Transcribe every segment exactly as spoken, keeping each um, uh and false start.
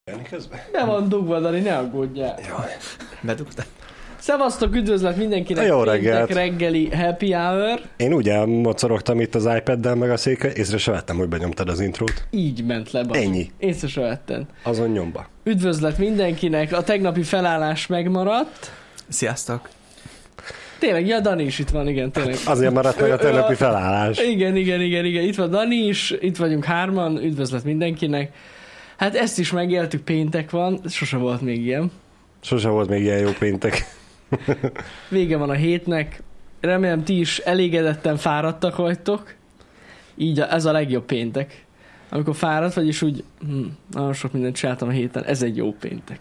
Be van dugva, Dani, ne aggódjál. Jaj, bedugtál. Szevasztok, üdvözlet mindenkinek. Jó reggelt. Reggeli happy hour. Én úgy elmocorogtam itt az iPad-del meg a székkel, észre se vettem, hogy benyomtad az intrót. Így ment le, baszki. Ennyi. Észre se vettem. Azon nyomba. Üdvözlet mindenkinek. A tegnapi felállás megmaradt. Sziasztok. Tényleg, ja, Dani is itt van, igen, tényleg. Azért maradt meg a tegnapi felállás. Igen, igen, igen, igen. Itt van Dani is, itt vagyunk hárman, üdvözlet mindenkinek. Hát ezt is megéltük, péntek van, sose volt még ilyen. Sose volt még ilyen jó péntek. Vége van a hétnek, remélem ti is elégedetten fáradtak vagytok. Így a, ez a legjobb péntek. Amikor fáradt vagy, és úgy hm, nagyon sok mindent csináltam a héten, ez egy jó péntek.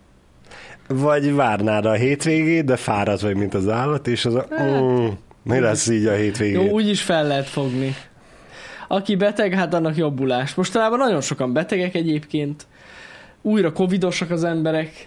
Vagy várnád a hétvégét, de fáradt vagy, mint az állat, és az a... Mm, mi lesz így a hétvégét? Jó, úgyis fel lehet fogni. Aki beteg, hát annak jobbulás. Mostanában nagyon sokan betegek egyébként. Újra covidosak az emberek.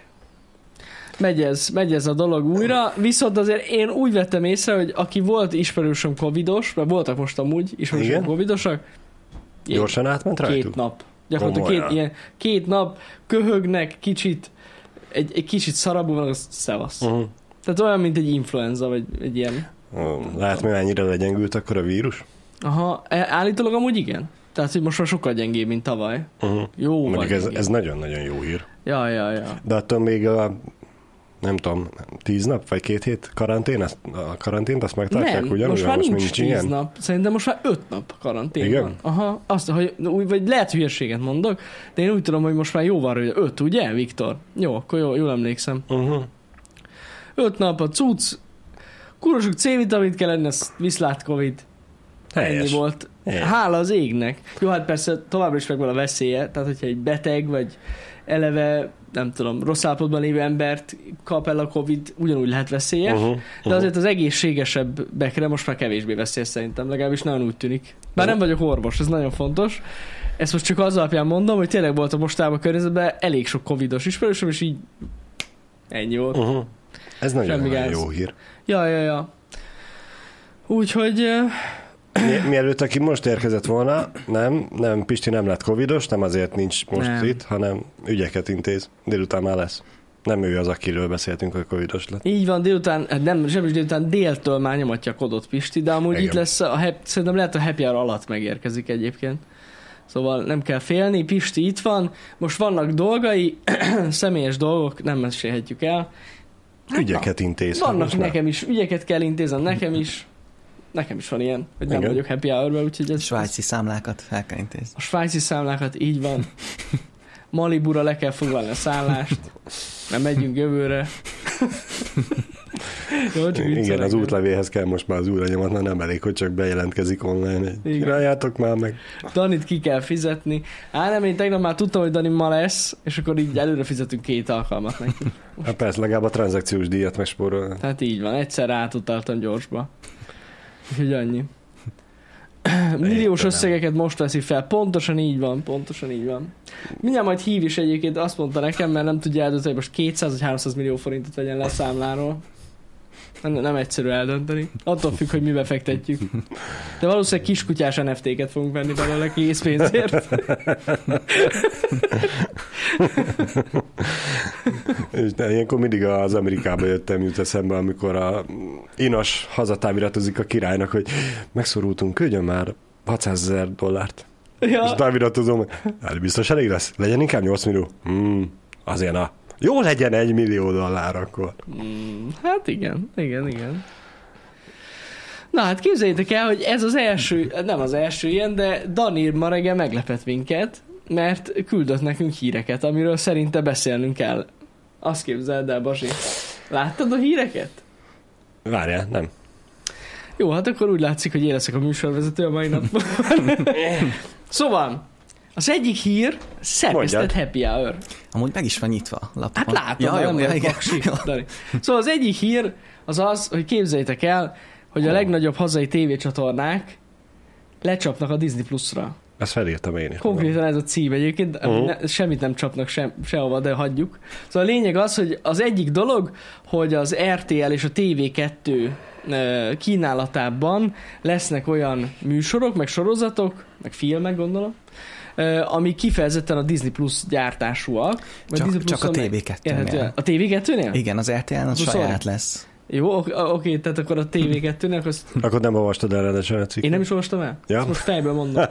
Megy ez, megy ez a dolog újra. Viszont azért én úgy vettem észre, hogy aki volt ismerősöm covidos, mert voltak most amúgy ismerősöm Igen? covidosak. Gyorsan átment rajtuk? Két nap. Gyakorlatilag két, ilyen, két nap köhögnek, kicsit, egy, egy kicsit szarabú van, az szevasz. Uh-huh. Tehát olyan, mint egy influenza, vagy egy ilyen. Lehet, mi mennyire legyengült akkor a vírus? Aha, állítólag amúgy igen. Tehát, hogy most már sokkal gyengébb, mint tavaly. Uh-huh. Jó Mondjuk van. ez, ez nagyon-nagyon jó hír. Ja, ja, ja. De attól még a, nem tudom, tíz nap, vagy két hét karantén, azt, a karantént azt megtartják nem, ugyanúgy? most már most nincs nincs tíz ilyen? nap. Szerintem most már öt nap karantén Igen? van. Aha, azt, hogy, vagy lehet hülyeséget mondok, de én úgy tudom, hogy most már jó van, hogy öt, ugye, Viktor? Jó, akkor jó, jól emlékszem. Uh-huh. Öt nap a cucc, kurosuk C-vitamint kell lenni, ez viszlát Covid. Helyes. Ennyi volt. Helyes. Hála az égnek. Jó, hát persze továbbra is megvan a veszélye, tehát hogyha egy beteg, vagy eleve, nem tudom, rossz állapotban lévő embert kap el a Covid, ugyanúgy lehet veszélyes, uh-huh, uh-huh. de azért az egészségesebbekre most már kevésbé veszélyes szerintem, legalábbis nagyon úgy tűnik. Bár nem vagyok orvos, ez nagyon fontos. Ezt most csak az alapján mondom, hogy tényleg volt a mostában környezetben elég sok covidos ismerősöm, és így ennyi volt. Uh-huh. Ez nagyon, Semmi nagyon gáz. jó hír. Ja, ja, ja. Úgyhogy... Mi, mielőtt aki most érkezett volna, nem, nem, Pisti nem lett covidos, nem azért nincs most nem. itt, hanem ügyeket intéz. Délután már lesz. Nem ő az, akiről beszéltünk, hogy covidos lett. Így van, délután, nem, sem is délután, déltől már nyomatja kodot Pisti, de amúgy Igen. itt lesz, a, szerintem lehet a happy hour alatt megérkezik egyébként. Szóval nem kell félni, Pisti itt van, most vannak dolgai, személyes dolgok, nem mesélhetjük el. Hát Ügyeket intéz. vannak most már. nekem is, ügyeket kell intézem, nekem is. Nekem is van ilyen, hogy nem Igen. vagyok happy hour-ben, úgyhogy ez... Svájci számlákat fel kell intézni. A svájci számlákat, így van. Malibura le kell foglalni a szállást, nem megyünk jövőre. Jó, csak Igen, viccelek. az útlevéhez kell most már az újranyomat, mert nem elég, hogy csak bejelentkezik online. Csináljátok már meg. Danit ki kell fizetni. Á, nem, én tegnap már tudtam, hogy Dani ma lesz, és akkor így előre fizetünk két alkalmat neki. Hát persze, legalább a tranzakciós díjat megspórolni. Tehát így van, egyszer átutaltam gyorsba. Úgyhogy annyi. Milliós Értem. összegeket most veszi fel. Pontosan így van, pontosan így van. Mindjárt majd hív is egyébként, azt mondta nekem, mert nem tudja eldönteni, hogy most kétszáz vagy háromszáz millió forintot vegyen le a számláról. Nem, nem egyszerű eldönteni. Attól függ, hogy mibe fektetjük. De valószínűleg kiskutyás en ef té-ket fogunk venni belőle készpénzért. És de ilyenkor mindig az Amerikába jöttem, jut eszembe, amikor a Inas hazatáviratozik a királynak, hogy megszorultunk, küldjön már hatszázezer dollárt. Ja. És táviratozom, hát biztos elég lesz, legyen inkább nyolc millió. Hmm, azért na. Jó legyen egy millió dollár akkor. Mm, hát igen, igen, igen. Na hát képzeljétek el, hogy ez az első, nem az első ilyen, de Dani ma reggel meglepett minket, mert küldött nekünk híreket, amiről szerinte beszélnünk kell. Azt képzeld el, Basi. Láttad a híreket? Várjál, nem. Jó, hát akkor úgy látszik, hogy én leszek a műsorvezető a mai napban. Szóval, az egyik hír szerkesztett Mondjad. happy hour. Amúgy meg is van nyitva a lapon. Hát látom, ja, ja, jó, nem ja, vagyok igen. paksi, Dani. Szóval az egyik hír az az, hogy képzeljétek el, hogy a legnagyobb hazai tévécsatornák lecsapnak a Disney Plus-ra. Ezt felírtam én is. Konkrétan ez a cím egyébként, Uh-huh. ne, semmit nem csapnak sem, sehova, de hagyjuk. Szóval a lényeg az, hogy az egyik dolog, hogy az er té el és a té vé kettő kínálatában lesznek olyan műsorok, meg sorozatok, meg filmek gondolom, ami kifejezetten a Disney Plus gyártásúak. Csak, Disney csak a té vé kettőnél. A té vé kettőnél? Igen, az er té el-en az saját lesz. Jó, oké, oké, tehát akkor a té vé kettőnek azt... Akkor nem olvastad el rendesen a cikket? Én nem is olvastam el? Ja. Ezt most fejből mondom.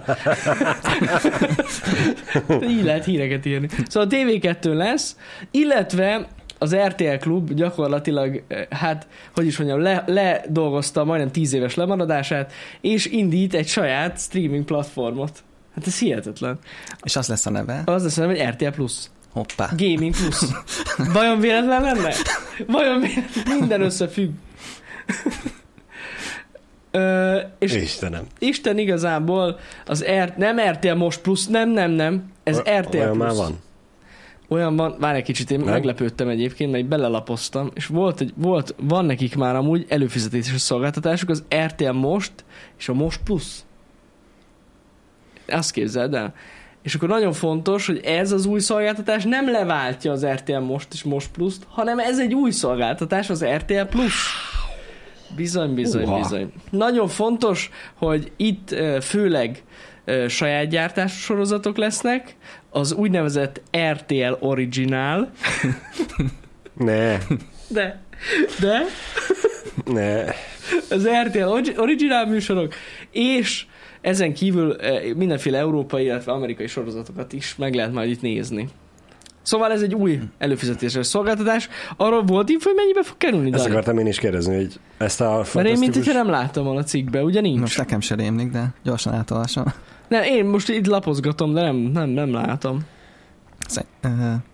Így lehet híreket írni. Szóval a té vé kettő lesz, illetve az er té el Klub gyakorlatilag, hát, hogy is mondjam, le, ledolgozta majdnem tíz éves lemaradását, és indít egy saját streaming platformot. Hát ez hihetetlen. És az lesz a neve? Az lesz a neve, hogy er té el Plus. Hoppá. Gaming Plus. Vajon véletlen lenne? Vajon véletlen? Minden összefügg. Ö, és Istenem. Isten igazából az R, nem er té el Most Plus, nem, nem, nem. Ez O- er té el olyan Plus. már van. Olyan van, várj egy kicsit, én Nem? meglepődtem egyébként, mert belelapoztam, és volt, egy, volt, van nekik már amúgy előfizetéses szolgáltatásuk, az er té el Most és a Most Plus. Azt képzeld el. És akkor nagyon fontos, hogy ez az új szolgáltatás nem leváltja az er té el Most és Most Plus-t, hanem ez egy új szolgáltatás, az er té el Plus. Bizony, bizony, Uha. bizony. Nagyon fontos, hogy itt ö, főleg ö, saját gyártású sorozatok lesznek, az úgynevezett er té el Original, Ne, de, de ne. az er té el Origi- Original műsorok, és ezen kívül ö, mindenféle európai, illetve amerikai sorozatokat is meg lehet majd itt nézni. Szóval ez egy új előfizetéses szolgáltatás. Arról volt info, hogy mennyibe fog kerülni, Ezt Dani? akartam én is kérdezni, hogy ezt a Mert én fantasztikus... mint hogyha nem láttam volna a cikkbe, ugye nincs? Most nekem se rémlik, de gyorsan átolvasom. Nem, én most itt lapozgatom, de nem, nem, nem látom. Szer- uh,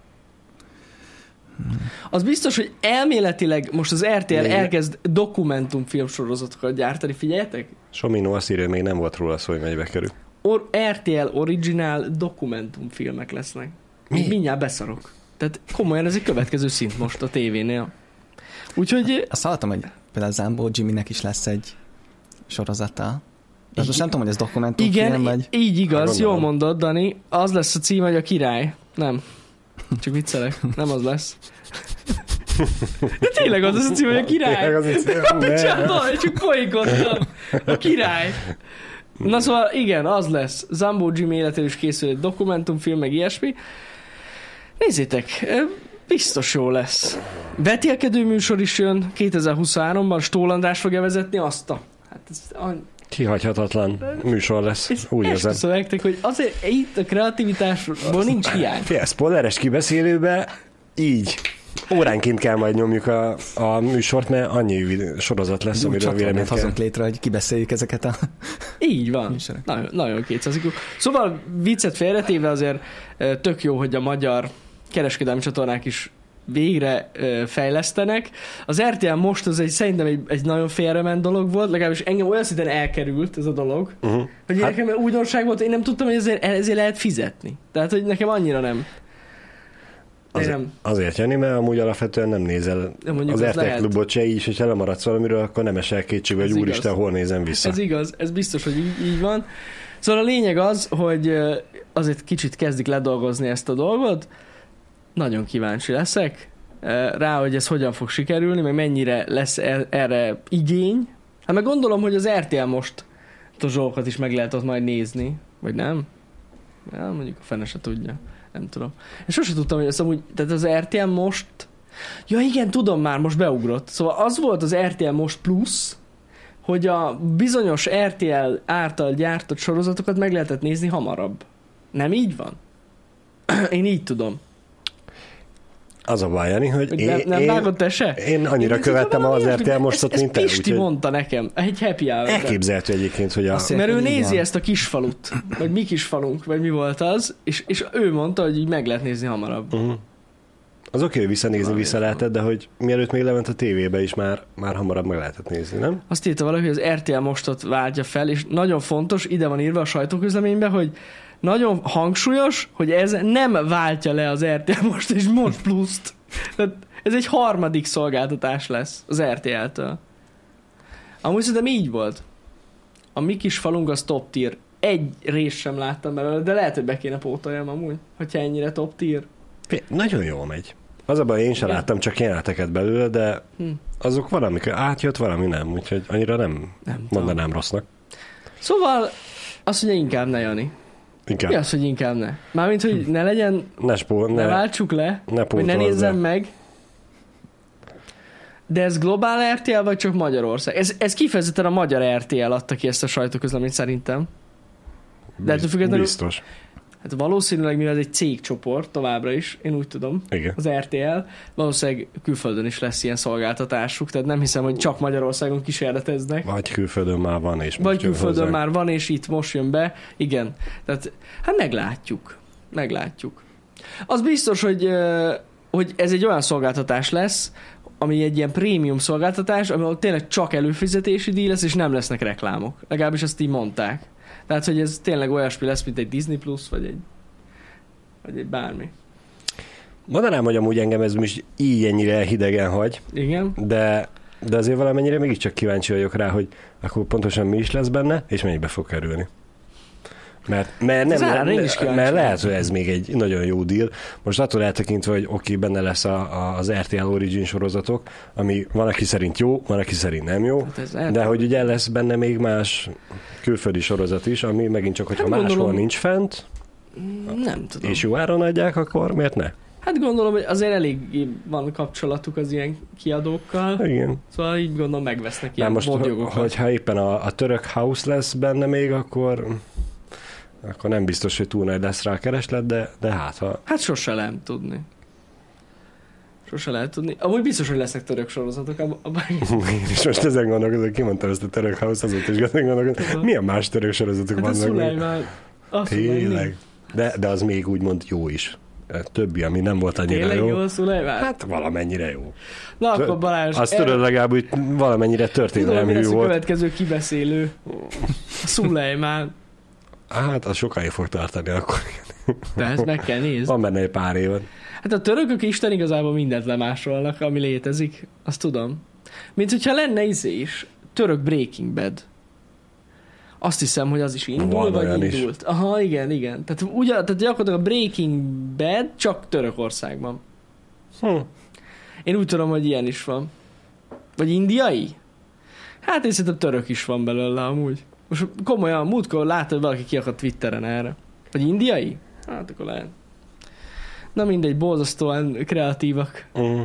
Az biztos, hogy elméletileg most az er té el Még- elkezd dokumentumfilm sorozatokat gyártani, figyeljetek? Somino azt írja, hogy még nem volt róla szó, hogy mennyibe kerül. Or- er té el Original dokumentumfilmek lesznek. Mi? Mindjárt beszarok. Tehát komolyan ez egy következő szint most a tévénél. Úgyhogy azt hallottam, hogy például Zambó Jimmynek is lesz egy sorozata. De most nem tudom, hogy ez dokumentumfilm, igen, vagy... így igaz, Hát jól gondolom. mondod, Dani. Az lesz a cím, hogy a király. Nem. Csak viccelek. Nem az lesz. De tényleg az lesz a cím, hogy a király. Tényleg az is- Ne. Bocsánat, csak poénkodtam. A király. Na szóval igen, az lesz. Zambó Jimmy életéről is készül egy dokumentumfilm, meg ilyesmi. Nézzétek, biztos jó lesz. Vetélkedő műsor is jön kétezer-huszonháromban, Stól András fogja vezetni azt a... Hát ez, Kihagyhatatlan műsor lesz, ez úgy érzem. esküszöm nektek, hogy azért itt a kreativitásból nincs hiány. Fél spoileres kibeszélőbe, így. Óránként kell majd nyomjuk a, a műsort, mert annyi vid- sorozat lesz, Úgy amiről csatornát véleményt kell. hozunk létre, hogy kibeszéljük ezeket a... Így van. Műsorok. Nagyon, nagyon kétszázadik. Szóval viccet félretéve azért ö, tök jó, hogy a magyar kereskedelmi csatornák is végre ö, fejlesztenek. Az er té el most az egy, szerintem egy, egy nagyon félrement dolog volt, legalábbis engem olyan szinten elkerült ez a dolog, Uh-huh. hogy Hát- nekem újdonság volt, én nem tudtam, hogy ezért, ezért lehet fizetni. Tehát, hogy nekem annyira nem. Én Azért, nem. azért Jani, mert amúgy alapvetően nem nézel De mondjuk az az er té el lehet. klubot se így, és ha lemaradsz valamiről, akkor nem esel kétségbe, hogy Ez úristen, igaz. hol nézem vissza. Ez igaz, ez biztos, hogy így, így van. Szóval a lényeg az, hogy ö, azért kicsit kezdik ledolgozni ezt a dolgot. Nagyon kíváncsi leszek ö, rá, hogy ez hogyan fog sikerülni, meg mennyire lesz e- erre igény. Hát meg gondolom, hogy az er té el most a zsolkat is meg lehet ott majd nézni. Vagy nem? Ja, mondjuk a fene se tudja. Nem tudom. Én sosem tudtam, hogy azt amúgy, tehát az er té el most... Ja igen, tudom már, most beugrott. Szóval az volt az er té el Most Plus, hogy a bizonyos er té el által gyártott sorozatokat meg lehetett nézni hamarabb. Nem így van? Én így tudom. Az a baj, Jani, hogy Hogy én, nem, nem én, vágod te se? én annyira Én követtem valami az er ilyesmi- té el mostot, ezt, mint ezt te, Pisti úgyhogy mondta nekem, egy happy hour-ben. elképzelhető egyébként, hogy a... Azt Mert ő Így nézi van. ezt a kisfalut, vagy mi kisfalunk, vagy mi volt az, és, és ő mondta, hogy így meg lehet nézni hamarabb. Uh-huh. Az oké, hogy visszanézni Valami vissza van. lehetett, de hogy mielőtt még lement a tévébe is már, már hamarabb meg lehetett nézni, nem? Azt írta valaki, hogy az er té el Mostot váltja fel, és nagyon fontos, ide van írva a sajtóközleményben, hogy nagyon hangsúlyos, hogy ez nem váltja le az er té el Most és Most Plus-t. Tehát ez egy harmadik szolgáltatás lesz az er té el-től. Amúgy szerintem így volt. A mi kis falunk az top tier. Egy részt sem láttam belőle, de lehet, hogy be kéne pótoljam amúgy, hogyha ennyire top tier. Fé, nagyon jól megy. Az a baj, én sem Igen. láttam csak jeleneteket belőle, de Hm. azok valamikor átjött, valami nem, úgyhogy annyira nem Nem tudom. mondanám rossznak. Szóval azt mondja, inkább ne, Jani. Inkább. Mi az, hogy inkább ne? Mármint, hogy ne legyen, Ne, spó, ne, ne, ne váltsuk le, ne hogy ne pótolz nézzem be. meg. De ez globál er té el, vagy csak Magyarország? Ez, ez kifejezetten a magyar er té el adta ki ezt a sajtóközleményt szerintem. De ettől függetlenül, Biztos. hát valószínűleg, mivel ez egy cégcsoport továbbra is, én úgy tudom, Igen. az er té el, valószínűleg külföldön is lesz ilyen szolgáltatásuk, tehát nem hiszem, hogy csak Magyarországon kísérleteznek. Vagy külföldön már van, és Vagy most jön külföldön hozzánk. már van, és itt most jön be. Igen. Tehát, hát meglátjuk. Meglátjuk. Az biztos, hogy, ö, hogy ez egy olyan szolgáltatás lesz, ami egy ilyen prémium szolgáltatás, ahol tényleg csak előfizetési díj lesz, és nem lesznek reklámok. Legalábbis ezt így mondták. Tehát, hogy ez tényleg olyasmi lesz, mint egy Disney Plus, vagy egy, vagy egy bármi. Mondanám, hogy amúgy engem ez most így ennyire hidegen hagy, Igen. de, de azért valamennyire mégiscsak kíváncsi vagyok rá, hogy akkor pontosan mi is lesz benne, és mennyibe fog kerülni. Mert, mert, Az nem, árán én is mert, kíváncsi mert lehet, vagyok. hogy ez még egy nagyon jó deal. Most attól eltekintve, hogy oké, benne lesz a, a, az er té el Origin sorozatok, ami van, aki szerint jó, van, aki szerint nem jó, Hát ez el- de hogy ugye lesz benne még más külföldi sorozat is, ami megint csak, hogyha Hát máshol gondolom- nincs fent, Nem tudom. és jó áron adják, akkor miért ne? Hát gondolom, hogy azért elég van kapcsolatuk az ilyen kiadókkal, Igen. szóval így gondolom megvesznek Na ilyen most, modjogokat. hogyha éppen a, a török house lesz benne még, akkor, akkor nem biztos, hogy túl nagy lesz rá a kereslet, de, de hát ha... Hát sose lehet tudni. Sose lehet tudni. Amúgy biztos, hogy lesznek török sorozatok. Ab- abban Én is most ezen gondolkozok, kimondtam ezt a török house, azóta is ezen gondolkozok. Milyen más török sorozatok hát a vannak még? Szulajmán. Azt mondom, Tényleg. De, de az még úgymond jó is. A többi, ami nem volt annyira Tényleg jó. jó a Szulajmán? Hát valamennyire jó. Na akkor Balázs, Azt tudod legalább, hogy valamennyire tudom, mi történelmű lesz a volt. következő kibeszélő. A Szulajmán. Hát, az sokáig fog tartani akkor. De ezt meg kell nézni. Van benne egy pár évad. Hát a törökök Isten igazából mindent lemásolnak, ami létezik. Azt tudom. Mint hogyha lenne izé is. Török Breaking Bad. Azt hiszem, hogy az is indul, Van vagy olyan is. indult. Aha, igen, igen. Tehát, ugye, tehát gyakorlatilag a Breaking Bad csak Törökországban. Hm. Én úgy tudom, hogy ilyen is van. Vagy indiai? Hát én szerintem török is van belőle amúgy. Most komolyan, múltkor látod, hogy valaki kiakadt Twitteren erre. Vagy indiai? Hát akkor lehet. Na mindegy, borzasztóan kreatívak. Uh-huh.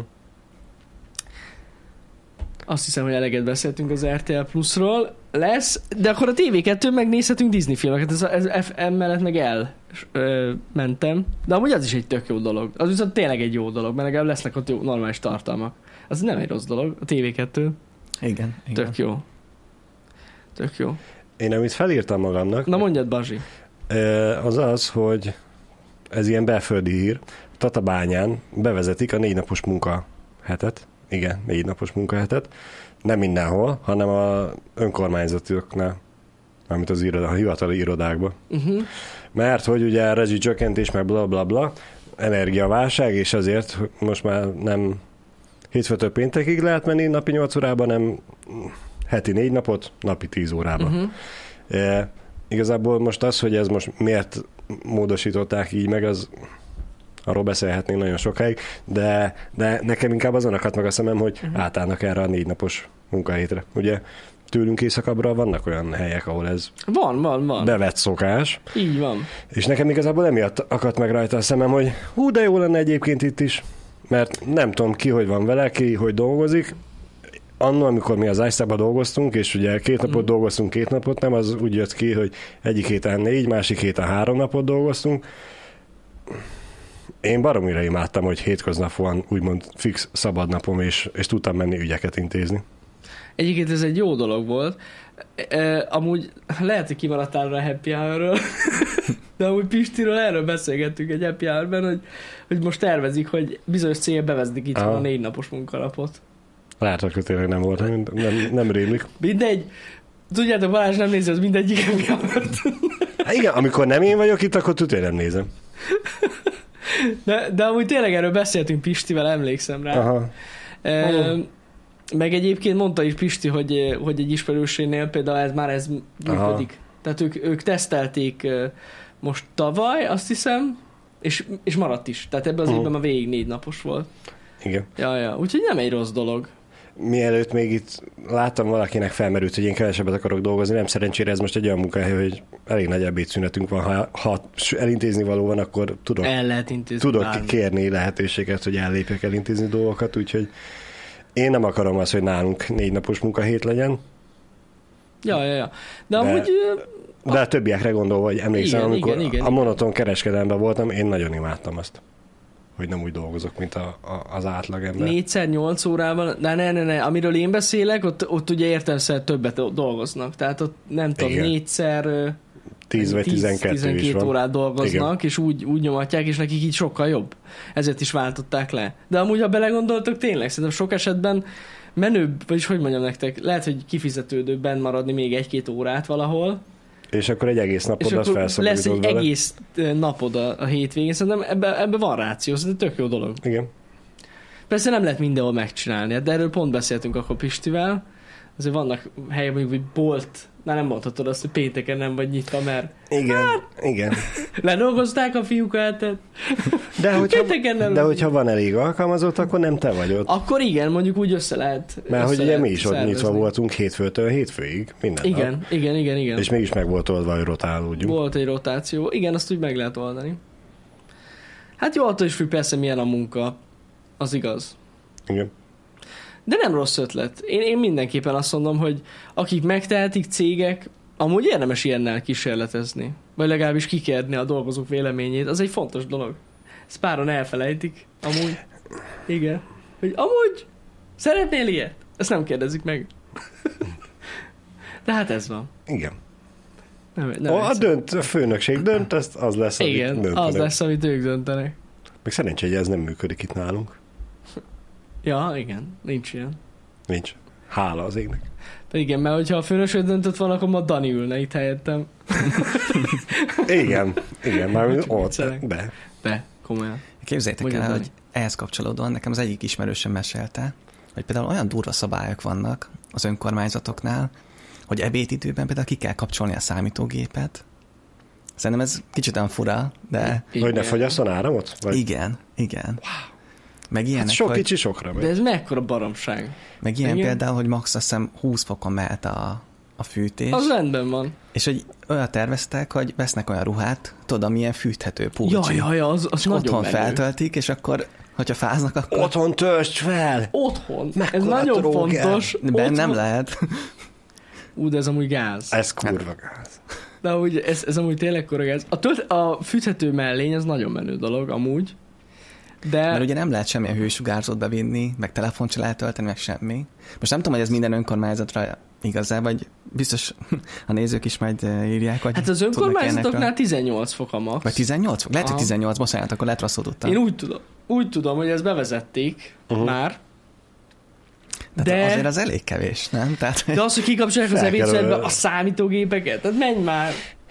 Azt hiszem, hogy eleget beszéltünk az er té el Plus-ról. Lesz, de akkor a té vé kettőn megnézhetünk Disney filmeket, ez, ez ef em mellett meg el ö, mentem. De amúgy az is egy tök jó dolog. Az viszont tényleg egy jó dolog, mert legalább lesznek ott jó, normális tartalmak. Az nem egy rossz dolog, a té vé kettő. Igen, igen. Tök jó. Tök jó. Én amit felírtam magamnak, Na mondjad, Bazsi. az az, hogy ez ilyen belföldi hír. Tatabányán bevezetik a négy napos munkahetet. Igen, négy napos munkahetet. Nem mindenhol, hanem a önkormányzatoknál, amit az iroda, a hivatali irodákban. Uh-huh. Mert hogy ugye a rezsicsökkentés, meg bla bla bla, energiaválság, és azért most már nem hétfőtől péntekig lehet menni napi nyolc órában, nem heti négy napot, napi tíz órában. Uh-huh. E, igazából most az, hogy ez most miért módosították így meg, az arról beszélhetnénk nagyon sokáig, de, de nekem inkább azon akadt meg a szemem, hogy uh-huh. átállnak erre a négy napos munkahétre. Ugye tőlünk északabbra vannak olyan helyek, ahol ez Van, van, van. bevett szokás, Így van. és nekem igazából emiatt akadt meg rajta a szemem, hogy hú, de jó lenne egyébként itt is, mert nem tudom ki, hogy van vele, ki, hogy dolgozik. Annól, amikor mi az iStack-ba dolgoztunk, és ugye két napot Mm. dolgoztunk, két napot nem, az úgy jött ki, hogy egyik héten négy, másik héten három napot dolgoztunk. Én baromira imádtam, hogy hétköznap van úgymond fix szabad napom, és, és tudtam menni ügyeket intézni. Egyébként ez egy jó dolog volt. E, amúgy lehet, hogy kimaradtál rá a happy hour-ről, de amúgy Pistiről erről beszélgettünk egy happy hour-ben, hogy, hogy most tervezik, hogy bizonyos cél bevezetik itt Aha. a négy napos munkalapot. Lehet, hogy tényleg nem volt, nem, nem, nem rémlik. Mindegy. Tudjátok, Balázs nem nézi az mindegyik happy hour-t. Hát igen, amikor nem én vagyok itt, akkor tudja, nem nézem. De, de amúgy tényleg erről beszéltünk Pistivel, emlékszem rá. Aha. E, Oh. meg egyébként mondta is Pisti, hogy, hogy egy ismerősénél például ez már ez működik. Aha. Tehát ők, ők tesztelték most tavaly, azt hiszem, és, és maradt is. Tehát ebben az Uh-huh. évben már végig négy napos volt. Igen. Ja, ja. Úgyhogy nem egy rossz dolog. mielőtt még itt láttam valakinek felmerült, hogy én kevesebbet akarok dolgozni, nem szerencsére ez most egy olyan munkahely, hogy elég nagy ebédszünetünk van, ha, ha elintézni való van, akkor tudok, El lehet intézni tudok bármi. kérni lehetőséget, hogy ellépjek elintézni dolgokat, úgyhogy én nem akarom azt, hogy nálunk négy napos munkahét legyen. Ja, ja, ja. De, De- amúgy... ö, De a többiekre gondolva, hogy emlékszem, Igen, amikor igen, igen, a monoton kereskedelemben voltam, én nagyon imádtam azt, hogy nem úgy dolgozok, mint a, a, az átlagember. négyszer nyolc órában, de ne, ne, ne, amiről én beszélek, ott, ott ugye értelemszerűen többet dolgoznak. Tehát ott nem tudom, Igen. négyszer ö, tíz vagy tizenkettő is tizenkét van. órát dolgoznak, és úgy, úgy nyomatják, és nekik így sokkal jobb. Ezért is váltották le. De amúgy, ha belegondoltok, tényleg, szerintem sok esetben menőbb, vagyis hogy mondjam nektek, lehet, hogy kifizetődőbb benn maradni még egy-két órát valahol, És akkor egy egész és napod az akkor lesz felszabadítod egy vele. egész ö, napod a, a hétvégén. Szerintem ebben ebbe van ráció, szerintem tök jó dolog. Igen. Persze nem lehet mindenhol megcsinálni, de erről pont beszéltünk akkor Pistivel. Azért vannak helyek, mondjuk, hogy bolt, na nem mondhatod azt, hogy pénteken nem vagy nyitva, mert Igen, igen. ledolgozták a fiúkat, tehát De hogyha, pénteken nem. de hogyha van elég alkalmazott, akkor nem te vagy ott. Akkor igen, mondjuk úgy össze lehet. Mert össze hogy ugye lehet mi is ott szervezni. nyitva voltunk hétfőtől hétfőig, minden Igen, nap. igen, igen, igen. És mégis meg volt oldva, hogy rotálódjunk. Volt egy rotáció. Igen, azt úgy meg lehet oldani. Hát jó, attól is függ persze milyen a munka. Az igaz. Igen. De nem rossz ötlet. Én, én mindenképpen azt mondom, hogy akik megtehetik, cégek, amúgy érdemes ilyennel kísérletezni. Vagy legalábbis kikérni a dolgozók véleményét. Az egy fontos dolog. Ezt páran elfelejtik. Amúgy. Igen. Hogy amúgy szeretnél ilyet? Ezt nem kérdezik meg. De hát ez van. Igen. Nem, nem A, a, egyszer. dönt, a főnökség dönt, az, az lesz, amit Igen, döntenek. az lesz, amit ők döntenek. Meg szerencsé, hogy ez nem működik itt nálunk. Ja, igen. Nincs ilyen. Nincs. Hála az égnek. De igen, mert hogyha a főnösöd döntött volna, akkor ma Dani ülne itt helyettem. Igen, igen, már Csak ott, viccelek. de. De, komolyan. Képzeljétek Mondjad, el, Dani. hogy ehhez kapcsolódóan nekem az egyik ismerősöm mesélte, hogy például olyan durva szabályok vannak az önkormányzatoknál, hogy ebédidőben például ki kell kapcsolni a számítógépet. Szerintem ez kicsit olyan fura, de Hogy ne Igen. fogyasszon áramot? Vagy? igen, igen. Wow. Meg ilyenek, Hát sok hogy, kicsi sokra megy. De ez mekkora baromság. meg ilyen igen. például, hogy max. Azt hiszem húsz fokon mehet a, a fűtés, Az rendben van. és hogy olyan terveztek, hogy vesznek olyan ruhát, tudod, amilyen fűthető pulcsi. Ja, ja, ja, az, az és nagyon otthon menő. feltöltik, és akkor, hogyha fáznak, akkor Otthon töltsd fel! Otthon. Mekkora Ez nagyon tróger. fontos. ben Otthon. nem lehet. Ú, de ez amúgy gáz. Ez kurva gáz. De amúgy ez, ez amúgy tényleg korra gáz. A, tölt, a fűthető mellény az nagyon menő dolog, amúgy. De... Mert ugye nem lehet semmilyen hősugárzót bevinni, meg telefont se lehet tölteni, meg semmi. Most nem tudom, hogy ez minden önkormányzatra igaz-e, vagy biztos a nézők is majd eh, írják, hogy Hát az tudnak önkormányzatoknál ilyenekről. tizennyolc fok a max. Vagy tizennyolc fok? Lehet, hogy Aha. tizennyolc, bocsánat, akkor lehet rosszul tudtam. Én úgy tudom, úgy tudom, hogy ezt bevezették Uh-huh. már, de, de- de azért az elég kevés, nem? Tehát, de az, hogy kikapcsolják az Fel kell ebédszünetbe ö- a számítógépeket, tehát menj már.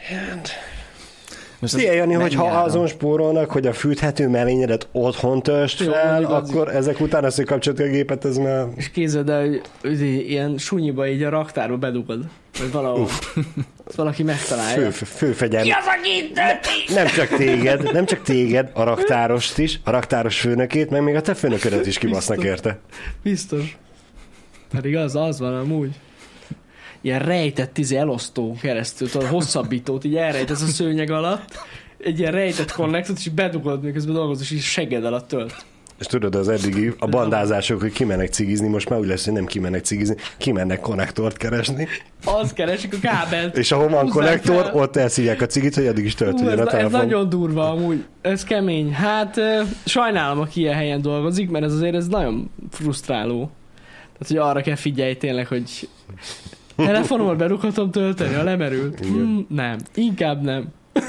most az Szia, Jani, hogy mennyi ha áram? azon spórolnak, hogy a fűthető mellényedet otthon töltsd Jó, fel, mondjuk az akkor ezek után azt, hogy kapcsolod a gépet, ez már... És képzeld el, hogy, hogy ilyen sunyiba így a raktárba bedugod, vagy valahol. Azt valaki megtalálja. Fő, főfegyelm. az, aki dönti? Nem csak téged, nem csak téged, a raktárost is, a raktáros főnökét, meg még a te főnöködet is kibasznak Biztos. érte. Biztos. Pedig az, az van amúgy. Ilyen rejtett izé elosztó keresztül, tudod, hosszabbítót így elrejtesz a szőnyeg alatt, egy ilyen rejtett konnektot, és bedugod, miközben dolgozol, és így segged alatt tölt. És tudod, az eddigi, a bandázások, hogy kimennek cigizni, most már úgy lesz, hogy nem kimennek cigizni, kimennek konnektort keresni. Az keresik a kábelt. És ahol van Húzzák konnektor, fel. ott elszívják a cigit, hogy addig is Hú, töltődjön ez, a ez telefon. nagyon durva amúgy. Ez kemény. Hát eh, sajnálom, aki ilyen helyen dolgozik, mert ez azért ez nagyon frusztráló. Tehát, hogy arra kell figyelj tényleg, hogy telefonommal berúghatom tölteni, ha lemerült. Hmm, nem. Inkább nem.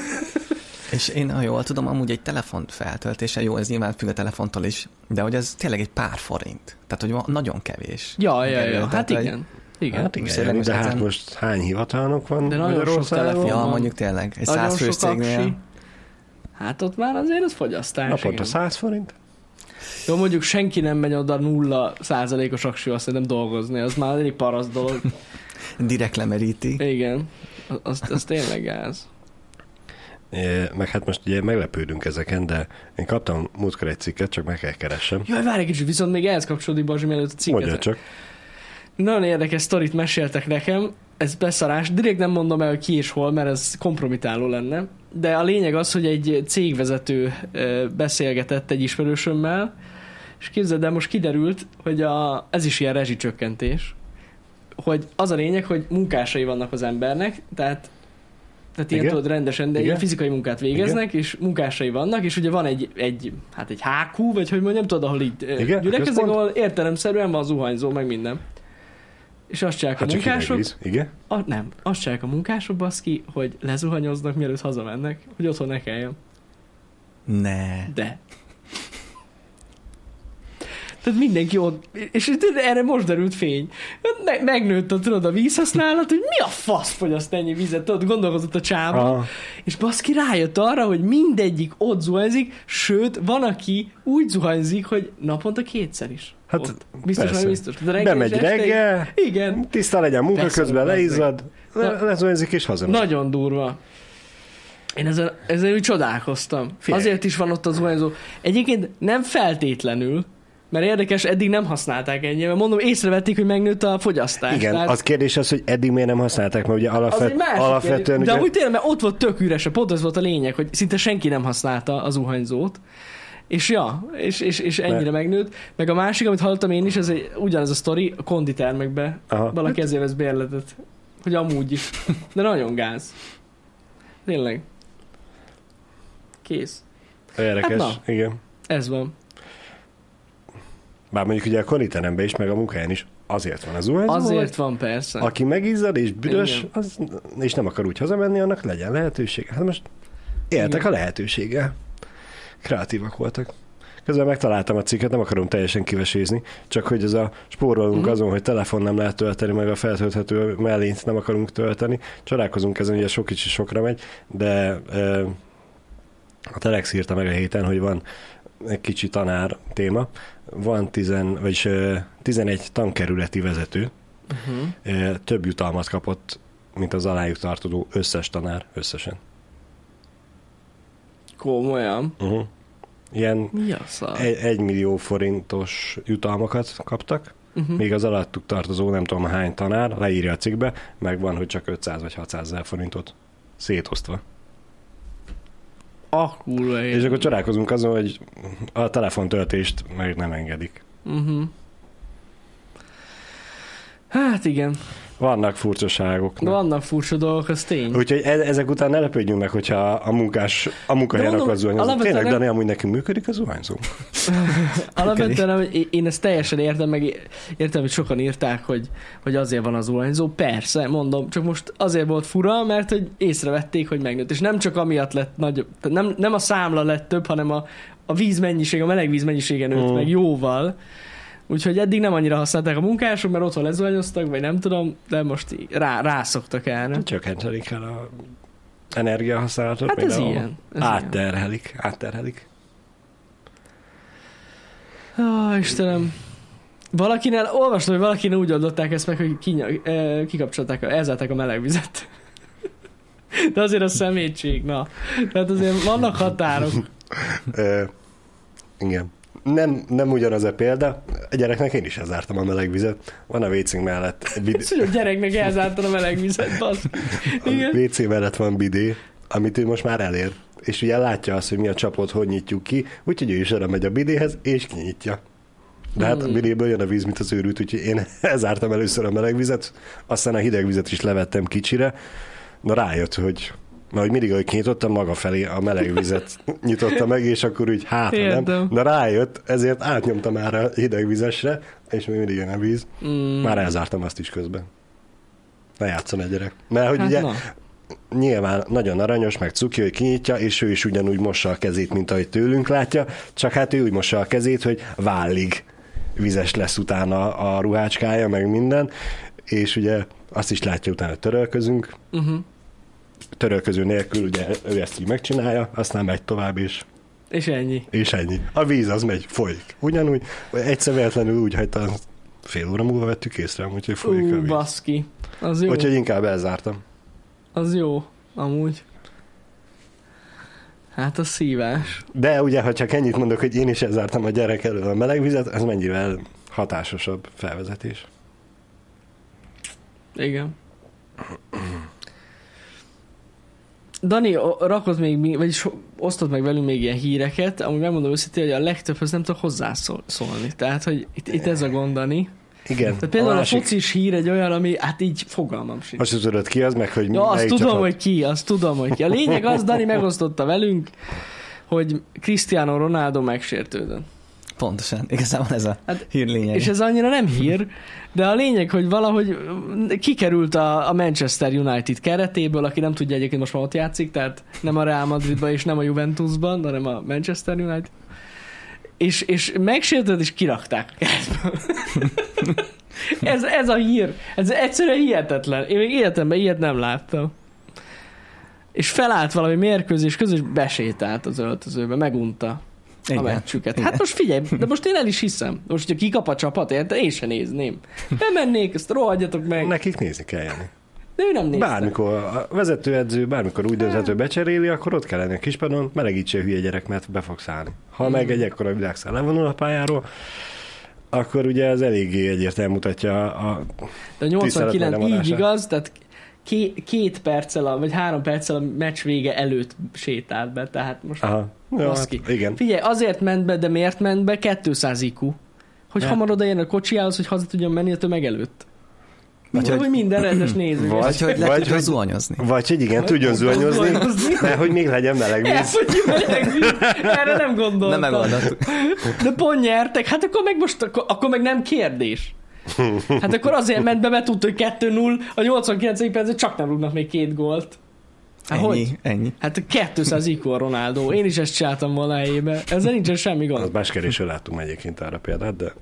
És én, ha jól tudom, amúgy egy telefon feltöltése, jó, ez nyilván függ a telefontól is, de hogy ez tényleg egy pár forint. Tehát, hogy ma- nagyon kevés. Ja, ja, Kerül, ja. tehát, Hát hogy- igen. Igen. Hát Most igen, tényleg most de hát ezen- most hány hivatalnok van De nagyon sok Magyarországon? telefon. Ja, van. mondjuk tényleg. Egy Nagyon száz sok főcégnél. aksi. Hát ott már azért az fogyasztás. Naponta igen. száz forint? Jó, mondjuk senki nem megy oda nulla százalékos aksival szerintem dolgozni, az már elég paraszt dolog. Direkt lemeríti. Igen, az, az tényleg gáz. meg hát most ugye meglepődünk ezeken, de én kaptam múltkor egy cikket, csak meg kell keressem. Jaj, várj egy kicsit, viszont még ehhez kapcsolódik, Bazsi, mielőtt a cikket. Mondja csak. Nagyon érdekes sztorit meséltek nekem, ez beszarás, direkt nem mondom el, hogy ki és hol, mert ez kompromitáló lenne, de a lényeg az, hogy egy cégvezető beszélgetett egy ismerősömmel, és képzeld el, most kiderült, hogy a, ez is ilyen rezsicsökkentés, hogy az a lényeg, hogy munkásai vannak az embernek, tehát Tehát ilyen tudod rendesen, de ilyen fizikai munkát végeznek, Igen. és munkásai vannak, és ugye van egy, egy hát egy há kú, vagy hogy mondjam, tudod, ahol így Igen? gyülekeznek, ahol értelemszerűen van zuhanyzó, meg minden. És azt csinálják hát a munkások... Igen? A, nem, azt csinálják a munkások, baszki, hogy lezuhanyoznak, mielőtt hazamennek, hogy otthon ne kelljen. Ne. De. Tehát mindenki ott, és erre most derült fény. Me- megnőtt a, tudod, a vízhasználat, hogy mi a fasz fogyaszt ennyi vizet, tudod, gondolkozott a csába. Ah. És baszki rájött arra, hogy mindegyik ott zuhanyzik, sőt, van, aki úgy zuhanyzik, hogy naponta kétszer is. Hát ott. Biztos, hogy biztos. Bemegy reggel, igen. Tiszta legyen munka persze, közben, leizzad, le, lezuhanyzik és hazamegy. Nagyon durva. Én ezzel, ezzel úgy csodálkoztam. Figyelj. Azért is van ott a zuhanyzó. Egyébként nem feltétlenül, mert érdekes, eddig nem használták ennyire, mert mondom, észrevették, hogy megnőtt a fogyasztás. Igen, tehát... az kérdés az, hogy eddig miért nem használták, mert ugye alapvet, alapvetően... Ugye... De úgy tényleg, mert ott volt tök üres, pont ez volt a lényeg, hogy szinte senki nem használta az zuhanyzót, és ja, és, és, és ennyire mert... megnőtt. Meg a másik, amit hallottam én is, ez egy, ugyanez a sztori, a konditermekbe valaki ezért vesz bérletet, hogy amúgy is. De nagyon gáz. Tényleg. Kész. Érdekes, hát igen. Ez van. Bár mondjuk ugye a konditeremben is, meg a munkáján is azért van az zuhanyzó. Azért van, persze. Aki megizzad és büdös, az, és nem akar úgy hazamenni, annak legyen lehetőség. Hát most éltek Igen. a lehetőséggel. Kreatívak voltak. Közben megtaláltam a cikket, nem akarom teljesen kivesézni, csak hogy ez a spórolunk mm. azon, hogy telefon nem lehet tölteni, meg a feltölthető mellényt nem akarunk tölteni. Csodálkozunk ezen, ugye sok kicsi sokra megy, de e, a Telex írta meg a héten, hogy van egy kicsi tanár téma, van tizen, vagyis tizenegy tankerületi vezető, uh-huh. több jutalmat kapott, mint az alájuk tartozó összes tanár összesen. Komolyan? Uh-huh. Ilyen Mi a szar? egy, egy millió forintos jutalmakat kaptak, uh-huh. még az alattuk tartozó nem tudom hány tanár, leírja a cikkbe, meg van, hogy csak ötszáz vagy hatszázezer forintot szétosztva. Ah, kurva én. És akkor csodálkozunk azon, hogy a telefontöltést meg nem engedik. Uh-huh. Hát igen. Vannak furcsaságok. Vannak furcsa dolgok, az tény. Úgyhogy ezek után ne lepődjünk meg, hogyha a munkás, a munkahelyen akar zuhanyozni. Tényleg, nem... de amúgy nekünk működik a zuhanyzó. Alapvetően én ezt teljesen értem, meg értem, hogy sokan írták, hogy, hogy azért van az zuhanyzó. Persze, mondom, csak most azért volt fura, mert hogy észrevették, hogy megnőtt. És nem csak amiatt lett nagyobb, nem, nem a számla lett több, hanem a, a vízmennyiség, a meleg víz mennyisége nőtt mm. meg jóval. Úgyhogy eddig nem annyira használták a munkások, mert otthon lezuhanyoztak, vagy nem tudom, de most rá, rászoktak erre. Csökkentelik el a energiahasználatot. Hát ez ilyen. Ez átterhelik, ilyen. átterhelik. Ó, Istenem. Valakinél, olvastam, hogy valakinél úgy oldották ezt meg, hogy kinyag, eh, kikapcsolták, elzárták a melegvizet. De azért a szemétség, na. Tehát azért vannak határok. Igen. Nem, nem ugyanaz a példa. A gyereknek én is elzártam a melegvizet. Van a vécénk mellett egy bidé. Ez, hogy a gyereknek elzártam a melegvizet, basz. A vé cé mellett van bidé, amit ő most már elér. És ugye látja azt, hogy mi a csapot, hogy nyitjuk ki, úgyhogy ő is oda megy a bidéhez, és kinyitja. De hát a bidéből jön a víz, mint az őrült, úgyhogy én elzártam először a melegvizet, aztán a hideg vizet is levettem kicsire, de rájött, hogy mert mindig, ahogy kinyitottam, maga felé a meleg vizet nyitotta meg, és akkor úgy hát nem. De rájött, ezért átnyomtam már a hideg vizesre, és még mindig jön a víz. Mm. Már elzártam azt is közben. Ne játszon egy gyerek. Mert hogy hát ugye na. Nyilván nagyon aranyos, meg cuki, hogy kinyitja, és ő is ugyanúgy mossa a kezét, mint ahogy tőlünk látja, csak hát ő úgy mossa a kezét, hogy vállig vizes lesz utána a ruhácskája, meg minden, és ugye azt is látja utána, hogy törölközünk. Uh-huh. Törölköző nélkül ugye ő ezt így megcsinálja, aztán megy tovább, és... És ennyi. És ennyi. A víz az megy, folyik. Ugyanúgy, egyszer véletlenül úgy hagyta, fél óra múlva vettük észre, úgyhogy folyik uh, a víz. Baszki. Az jó. Úgyhogy inkább elzártam. Az jó, amúgy. Hát a szívás. De ugye, ha csak ennyit mondok, hogy én is elzártam a gyerek elől a meleg vizet, ez mennyivel hatásosabb felvezetés. Igen. Dani, rakod még, vagyis osztod meg velünk még ilyen híreket, amúgy megmondom őszintén, hogy a legtöbbhöz nem tudok hozzászólni. Tehát, hogy itt, itt ez a gond, Dani. Igen. Tehát például a, másik... a focis hír egy olyan, ami hát így fogalmam sincs. Most tudod ki az, meg hogy ja, azt tudom, csapat... hogy ki, azt tudom, hogy ki. A lényeg az, Dani megosztotta velünk, hogy Cristiano Ronaldo megsértődött. Pontosan, igazából ez a hát, hír lényeg. És ez annyira nem hír, de a lényeg, hogy valahogy kikerült a, a Manchester United keretéből, aki nem tudja, egyébként most már ott játszik, tehát nem a Real Madridban és nem a Juventusban, hanem a Manchester United. És, és megsértődött, és kirakták a keretből. ez, ez a hír. Ez egyszerűen hihetetlen. Én még életemben ilyet nem láttam. És felállt valami mérkőzés közül, és besétált az öltözőbe, megunta. Igen. A meccsüket. Hát most figyelj, de most én el is hiszem. Most, hogyha kikap a csapat, érte, én se nézném. Bemennék, ezt rohadjatok meg. Nekik nézni kell jönni. De ő nem nézte. Bármikor a vezetőedző, bármikor úgy dönthető becseréli, akkor ott kell lenni a kispadon, melegítse a hülye gyerek, mert be fog szállni. Ha mm. meg egy ekkora világszár levonul a pályáról, akkor ugye ez eléggé egyértelműen mutatja a de nyolcvankilenc így igaz, tehát két, két perccel, a, vagy három perccel a meccs vége előtt sétált be, tehát most Aha. Jó, hát, igen. Figyelj, azért ment be, de miért ment be? kétszáz I Q. Hogy ja. hamar odaérni a kocsiához, hogy haza tudjon menni a tömeg előtt. Vagy hogy, hogy minden rendes néző. Vagy, hogy le tudjon zuhanyozni. Vagy, hogy igen, tudjon zuhanyozni, mert hogy még legyen meleg víz. Erre nem gondoltam. Nem megoldottuk. De pont nyertek, hát akkor meg most, akkor, akkor meg nem kérdés. Hát akkor azért ment be, mert tudta, hogy kettő null, a nyolcvankilencedik percben csak nem rúgnak még két gólt. Hát ennyi, hogy? ennyi. Hát kétszáz I Q a Ronaldo. Én is ezt csináltam volna a helyébe. Ezzel nincsen semmi gond. Az más kerésről láttunk egyébként arra példát, de...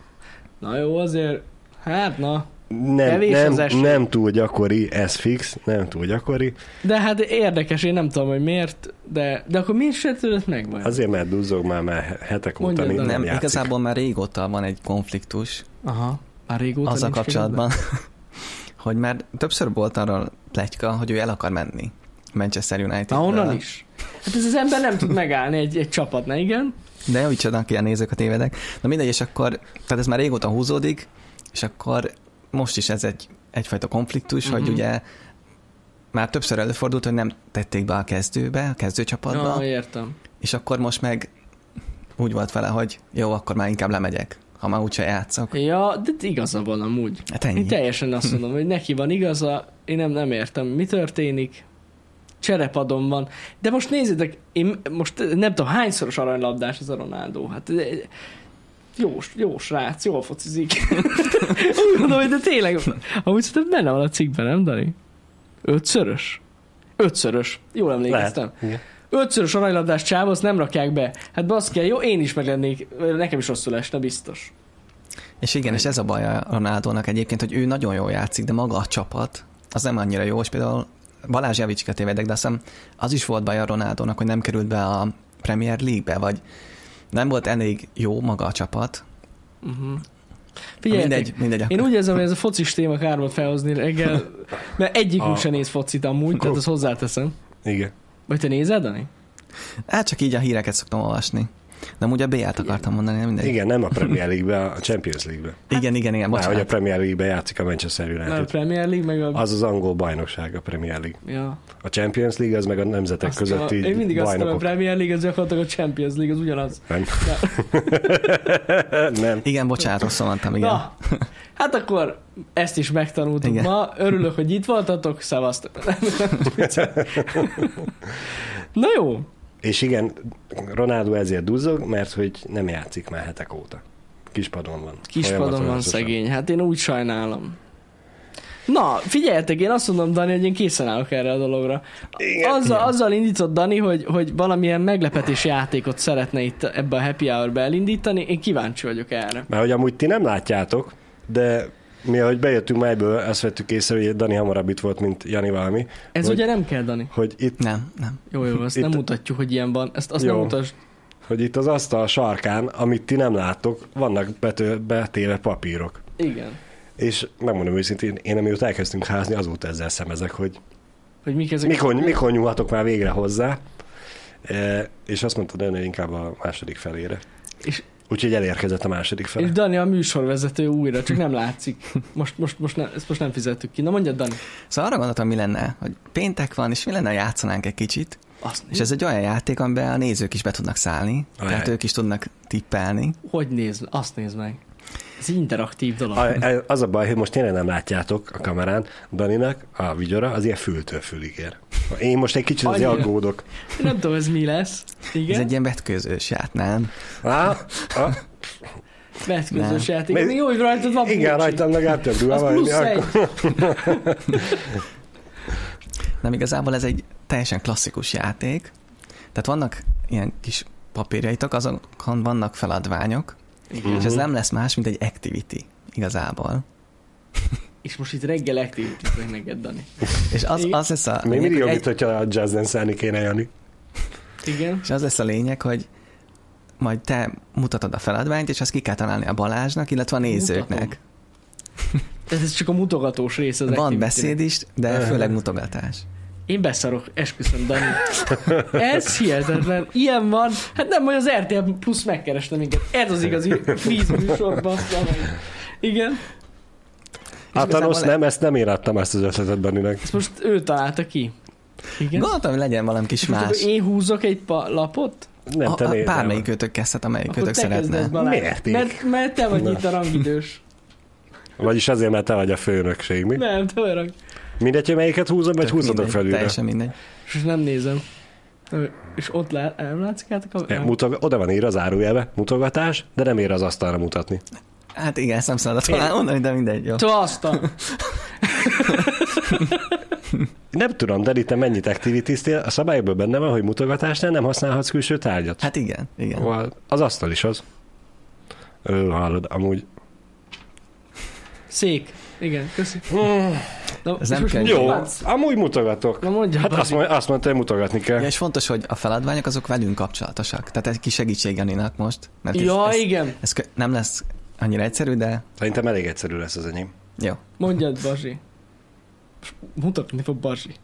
Na jó, azért... Hát na... Nem, nem, nem túl gyakori, ez fix, nem túl gyakori. De hát érdekes, én nem tudom, hogy miért, de, de akkor miért sértődött meg majd? Azért, mert duzzog már, már hetek óta nem, nem játszik. Igazából már régóta van egy konfliktus. Aha, már régóta azzal kapcsolatban, hogy már többször volt arra pletyka, hogy ő el akar menni Manchester United-ből. Na, onnan is. Hát ez az ember nem tud megállni egy, egy csapatnál, igen. De javítsanak ki a nézők, a tévedek. Na mindegy, és akkor, tehát ez már régóta húzódik, és akkor most is ez egy, egyfajta konfliktus, uh-huh. hogy ugye már többször előfordult, hogy nem tették be a kezdőbe, a kezdőcsapatba. Ja, értem. És akkor most meg úgy volt vele, hogy jó, akkor már inkább lemegyek, ha már úgyse játszok. Ja, de igaza van amúgy. Hát ennyi. Én teljesen azt mondom, hogy neki van igaza, én nem, nem értem, mi történik. Cserepadon van. De most nézzétek, én most nem tudom, hányszoros aranylabdás ez a Ronaldo. Hát jó, jó srác, jól focizik. Úgy mondom, hogy de tényleg, amúgy szerintem benne van a cikkben, nem, Dani? Ötszörös? Ötszörös. Jól emlékeztem. Ötszörös aranylabdás csáv, azt nem rakják be. Hát baszki, jó, én is meg lennék, nekem is rosszul esne, biztos. És igen, és ez a baj a Ronaldónak egyébként, hogy ő nagyon jól játszik, de maga a csapat, az nem annyira jó, és például Balázs javítsika tévedek, de azt hiszem, az is volt baj a Ronaldónak, hogy nem került be a Premier League-be, vagy nem volt elég jó maga a csapat. Uh-huh. Figyeljetek, mindegy, mindegy én úgy érzem, hogy ez a focis téma kár volt felhozni reggel, mert egyikünk se néz focit amúgy, tehát azt hozzáteszem. Igen. Vagy te nézed, Dani? Hát csak így a híreket szoktam olvasni. De amúgy a bé á-t akartam mondani, nem mindegy. Igen, nem a Premier League-be, a Champions League-be. Igen, igen, igen, bocsánat. Már, hogy a Premier League-be játszik a Manchester United. A Premier League, meg a... Az az angol bajnokság, a Premier League. Ja. A Champions League, az meg a nemzetek azt közötti bajnokok. Én mindig azt mondom, a Premier League, az gyakorlatilag a Champions League, az ugyanaz. Nem. nem. Igen, bocsánat, rosszul mondtam, igen. Na, hát akkor ezt is megtanultuk igen. ma. Örülök, hogy itt voltatok. Szevasztok. Na jó. És igen, Ronaldo ezért duzzog, mert hogy nem játszik már hetek óta. Kispadon van. Kispadon van szegény. Hát én úgy sajnálom. Na, figyeljetek, én azt mondom, Dani, hogy én készen állok erre a dologra. Igen, azzal, igen. azzal indított Dani, hogy, hogy valamilyen meglepetés játékot szeretne itt ebbe a happy hour-be elindítani. Én kíváncsi vagyok erre. Mert hogy amúgy ti nem látjátok, de mi, ahogy bejöttünk ma egyből, azt vettük észre, hogy Dani hamarabb itt volt, mint Jani valami. Ez hogy, ugye nem kell, Dani? Hogy itt... Nem, nem. Jó, jó, azt itt, nem mutatjuk, hogy ilyen van. Ezt azt jó, nem mutasd. Hogy itt az asztal sarkán, amit ti nem láttok, vannak bető, betéve papírok. Igen. És megmondom őszintén, én amióta elkezdtünk házni, azóta ezzel szemezek, hogy, hogy mik ezek mikor, mikor nyúlhatok már végre hozzá. E, és azt mondta Dani, inkább a második felére. És, úgyhogy elérkezett a második felé. És Dani a műsorvezető újra, csak nem látszik. Most, most, most ne, ezt most nem fizettük ki. Na mondjad, Dani. Szóval arra gondoltam, mi lenne, hogy péntek van, és mi lenne, játszanánk egy kicsit. Azt és ez egy olyan játék, amiben a nézők is be tudnak szállni, Ajaj. tehát ők is tudnak tippelni. Hogy nézd? Azt nézd meg. Ez interaktív dolog. A, az a baj, hogy most tényleg nem látjátok a kamerán, Daninak a vigyora az ilyen fültől fülig ér. Én most egy kicsit azért aggódok. Nem tudom, ez mi lesz. Igen? Ez egy ilyen vetkőzős ját, nem? Á, ah. Vetkőzős játék. Még jó, hogy rajtad van. Igen, rajtam legalább több ruha van. Plusz egy. Nem, igazából ez egy teljesen klasszikus játék. Tehát vannak ilyen kis papírjaitok, azokon vannak feladványok, igen. És ez nem lesz más, mint egy activity, igazából. És most itt reggel activity-t neked, Dani. És az, az lesz a... Még mindig jobb, egy... hogyha a jazz dance-elni kéne, Jani. Igen. És az lesz a lényeg, hogy majd te mutatod a feladványt, és azt ki kell találni a Balázsnak, illetve a nézőknek. Ez, ez csak a mutogatós rész az Van beszéd is, de főleg mutogatás. Én beszarok, esküszöm, Dani. Ez hihetetlen. Ilyen van. Hát nem, hogy az er té el Plusz megkeresne minket. Ez az igazi vízműsorban. Igen. Hát a rossz nem, ezt nem én adtam ezt az ötletet Daninak. Ezt most ő találta ki. Igen. Gondoltam, hogy legyen valami kis más. Most én húzok egy pa- lapot? Nem, te nézd. Bármelyik őtök kezdhet, amelyik őtök szeretne. Miért így? Mert, mert te vagy Na. itt a rangidős. Vagyis azért, mert te vagy a főnökség, mi? Nem, te vagy rang. Mindegy, hogy melyiket húzom, vagy húzzatok felülre. Teljesen mindegy. És nem nézem. És ott lá... nem látszik át a kamerán? Mutog... Oda van írva az zárójelbe, mutogatás, de nem ér az asztalra mutatni. Hát igen, ezt nem szabad talán mondani, de mindegy, jó. Te asztal. Nem tudom, de itt te mennyit activity-ztél, a szabályokban benne van, hogy mutogatásnál nem használhatsz külső tárgyat. Hát igen, igen. Az asztal is az. Ő, hallod, amúgy. Szék. Igen, köszi. Na, ez nem kell. Jó, amúgy mutogatok. Na mondja, hát azt, mond, azt mondta, hogy mutogatni kell. Ja, és fontos, hogy a feladványok azok velünk kapcsolatosak. Tehát egy kis segítség Janinak most. Mert ja, ez, igen. Ez, ez nem lesz annyira egyszerű, de... Szerintem elég egyszerű lesz az enyém. Jó. Mondjad, Bazsi. Mutatni fog Bazsi.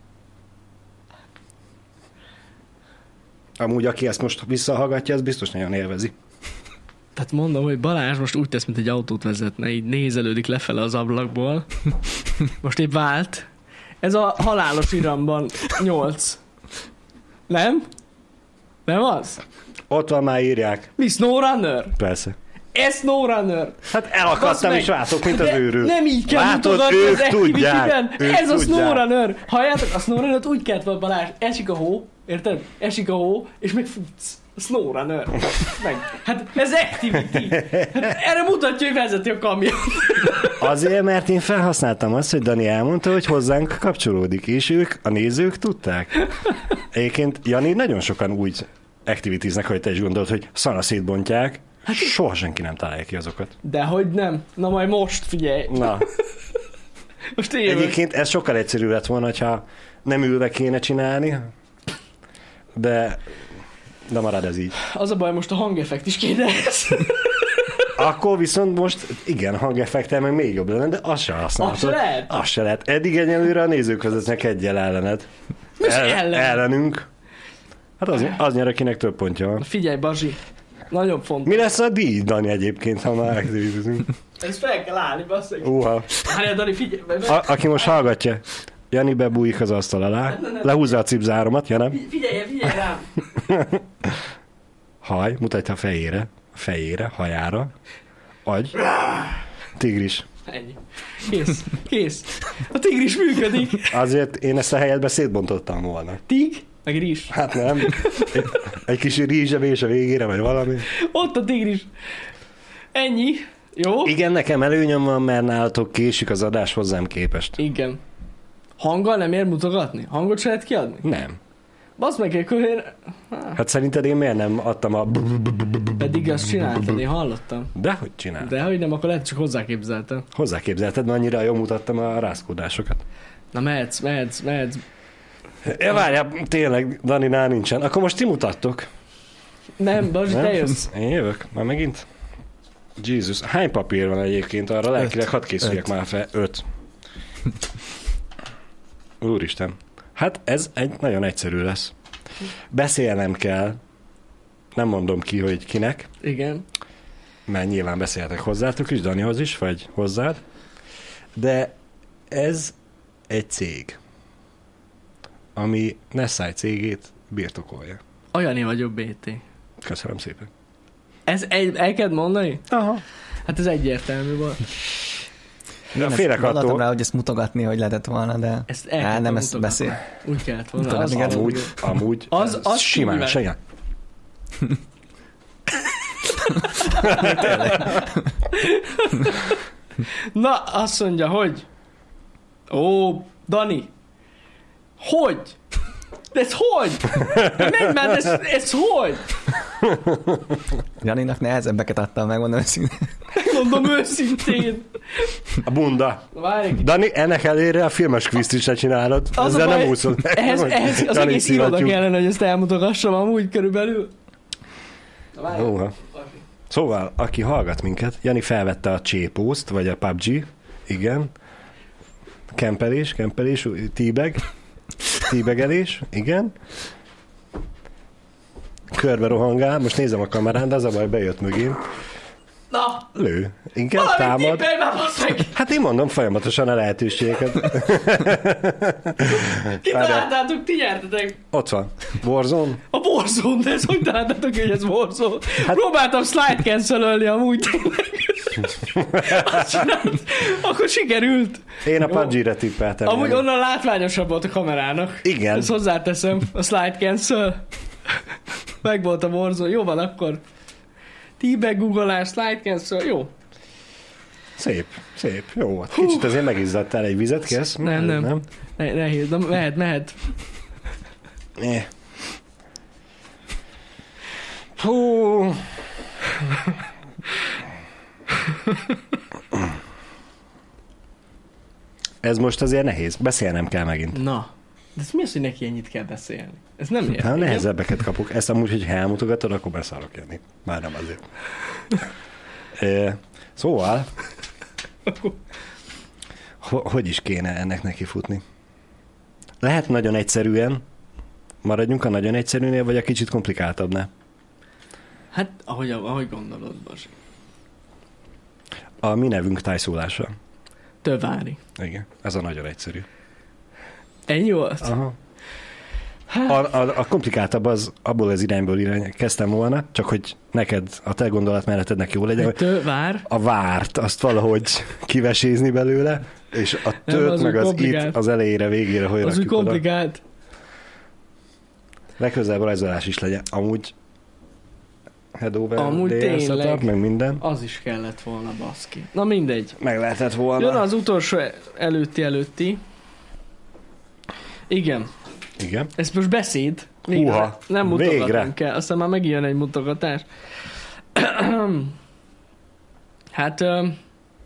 Amúgy, aki ezt most visszahallgatja, az biztos nagyon élvezi. Tehát mondom, hogy Balázs most úgy tesz, mint egy autót vezetne, így nézelődik lefele az ablakból. Most épp vált. Ez a halálos iramban nyolc. Nem? Nem az? Ott van, már írják. Mi, SnowRunner? Persze. Ez SnowRunner. Hát elakadtam és látok, mint az őrül. Nem így kell Látod, mutogatni ők az tudják, ők Ez a tudják. SnowRunner. Halljátok, a SnowRunner-t úgy kellett volna, Balázs. Esik a hó, érted? Esik a hó, és megfutsz. A SnowRunner. Meg. Hát ez activity. Hát erre mutatja, hogy vezeti a kamion. Azért, mert én felhasználtam azt, hogy Dani elmondta, hogy hozzánk kapcsolódik, és ők, a nézők tudták. Egyébként, Jani, nagyon sokan úgy activitiesnek, hogy te is gondolod, hogy szana szétbontják, hát soha senki nem találja ki azokat. Dehogy nem. Na majd most, figyelj. Na. Most én Egyébként ez sokkal egyszerűbb lett volna, ha nem ülve kéne csinálni, de... De marad ez így. Az a baj, most a hangeffekt is kéne ez. Akkor viszont most igen, hangeffektel meg még jobb lenne, de az se használhatod. Az se lehet? Az se lehet. Eddig egyelőre a nézők vezetnek egyel ellened. El, ellen? Ellenünk. Hát az, az nyer, akinek több pontja van. Figyelj, Bazsi, nagyon fontos. Mi lesz a díj, Dani, egyébként, ha már aktivizünk? Ez fel kell állni, basszeg. Uha. Hárja, Dani, figyelj. A, aki most hallgatja, Jani bebújik az asztal alá, lehúzza a cipzáromat, ja nem? Figyelj, figyelj rám. Haj, mutatja a fejére, a fejére, hajára, agy, tigris. Ennyi. Kész, kész. A tigris működik. Azért én ezt a helyetben szétbontottam volna. Tig? Meg rizs. Hát nem. Egy, egy kis rizsevés a végére, vagy valami. Ott a tigris. Ennyi. Jó? Igen, nekem előnyöm van, mert nálatok késik az adás hozzám képest. Igen. Hanggal nem ér mutogatni? Hangot se lehet kiadni? Nem. Basz meg egy köhér... Hát szerinted én miért nem adtam a... Pedig azt csináltad, én hallottam. Dehogy csináltam. Dehogy nem, akkor lehet csak hozzáképzeltem. Hozzáképzelted, mert annyira jól mutattam a rázkódásokat. Na mehetsz, mehetsz, mehetsz. Ja, várjál, tényleg, Daninál nincsen. Akkor most ti mutattok. Nem, Bazsi, te jössz. Én jövök, már megint. Jézus, hány papír van egyébként arra? Lelkileg hadd készüljek már fel. Öt. Úristen. Hát ez egy nagyon egyszerű lesz. beszélnem kell, nem mondom ki, hogy kinek, Igen. mert nyilván beszélhetek hozzátok is, Danihoz is, vagy hozzád, de ez egy cég, ami Nessai cégét birtokolja. A Jani vagyok bé té. Köszönöm szépen. Ez egy, el kell mondani? Aha. Hát ez egyértelmű volt. Én ezt félek attól- gondoltam rá, hogy ezt mutogatni, hogy lehetett volna, de Ezt el Á, kell nem ezt mutogatni. beszél. Úgy kellett volna. Mutogatni Az, kell. az, Amúgy, amúgy Az- ez az simán, simán. saját. Na, azt mondja, hogy... Ó, Dani. Hogy? De ez hogy? Menj már, ez, ez hogy? Janinak nehezebbeket adtam, megmondom őszintén. Mondom őszintén. A bunda. Na, várj egy Dani, ennek elére a filmes kvízt is se csinálod. Az a Ezzel baj, nem úszod meg. ehhez, hogy ehhez az Dani egész iroda szivattyú. kellene, hogy ezt elmutogassam amúgy körülbelül. Na, várj. Óha. Szóval, aki hallgat minket, Jani felvette a csépózt, vagy a pé u bé gé, igen. Kempelés, kempelés, tíbeg, tíbegelés, igen. Körbe rohangál, most nézem a kamerán, de az a baj, bejött mögém. Na, Lő, igen, valamit támad. tippelj már, bassz meg! Hát én mondom folyamatosan a lehetőségeket. Kitaláltátok, ti nyertetek. Ott van. Warzone. A Warzone, de ez hogy találtátok, hogy ez Warzone? Hát... Próbáltam slide cancel-ölni amúgy tényleg. Azt csinált. Akkor sikerült. Én a pé u bé gé-re tippeltem. Amúgy Jani. onnan látványosabb volt a kamerának. Igen. Ezt hozzáteszem, a slide cancel. Meg volt a Warzone. Jó van akkor. T-bag, googolás, slide cancel. Jó. Szép, szép, jó volt. Kicsit azért megizzadtál, egy vizet kérsz? Nem, nem. nem. Ne, nehéz, de mehet, mehet. Eh. Hú. Ez most azért nehéz. Beszélnem kell megint. Na. De ez mi az, hogy neki ennyit kell beszélni? Ez nem Hát értem. nehezebbeket kapok. Ezt amúgy, hogy elmutogatod, akkor beszarok jönni. Már nem azért. Eh, szóval, ho- hogy is kéne ennek neki futni? Lehet nagyon egyszerűen, maradjunk a nagyon egyszerűnél, vagy a kicsit komplikáltabbnál? Hát, ahogy, ahogy gondolod, Basi. A mi nevünk tájszólása. Tövári. Igen, ez a nagyon egyszerű. Ennyi volt? Aha. A, a, a komplikáltabb az abból az irányból irány, kezdtem volna, csak hogy neked, a te gondolatmenetednek jó legyen, hogy Tövár. a várt, azt valahogy kivesézni belőle, és a tőt az meg úgy az komplikált. itt az elejére, végére, hogy Az úgy rakjuk oda. komplikált. Legközelebb rajzolás is legyen. Amúgy headover, Amúgy dé el tényleg. setup, meg minden. Az is kellett volna, baszki. Na mindegy. Meg lehetett volna. Jön az utolsó előtti előtti. Igen. Igen. Ez most beszéd. Még Húha, nem mutogatunk végre. kell. Aztán már megjön egy mutogatás. Hát öm,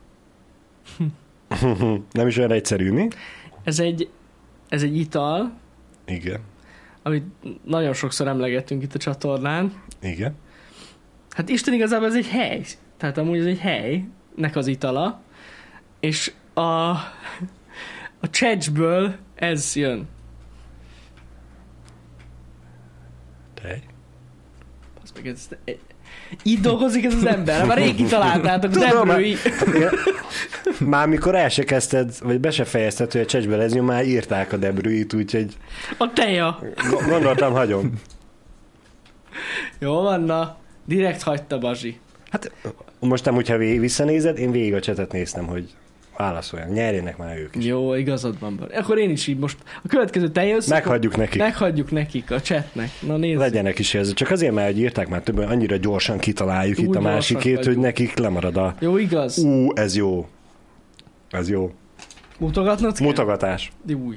Nem is olyan egyszerű, mi? ez egy, ez egy ital, Igen. amit nagyon sokszor emlegettünk itt a csatornán. Igen. Hát Isten igazából ez egy hely. Tehát amúgy ez egy helynek az itala. És a, a csecsből ez jön. Te. Az meg ez, így dolgozik ez az ember. Már rég kitaláltátok, az Tudom, embrői. Már mikor el se kezdted, vagy be se fejezted, hogy a csecsbe lesz, már írták a debrüit, úgyhogy A teja. go- gondoltam, hagyom. Jó van, na. Direkt hagyta Bazsi. Hát most nem, hogyha vég- visszanézed, én végig a csetet néztem, hogy válaszoljan. Nyerjenek már ők is. Jó, igazad van. Bari. Akkor én is így most. A következő te jössz. Meghagyjuk nekik. Meghagyjuk nekik a chatnek. Na nézzük. Legyenek is ez. Csak azért, mert hogy írták már többen, annyira gyorsan kitaláljuk Túl itt a gyorsak másikét, hogy vagyunk. nekik lemarad a... Jó, igaz. Ú, ez jó. Ez jó. Mutogatnod kell? Mutogatás. Új.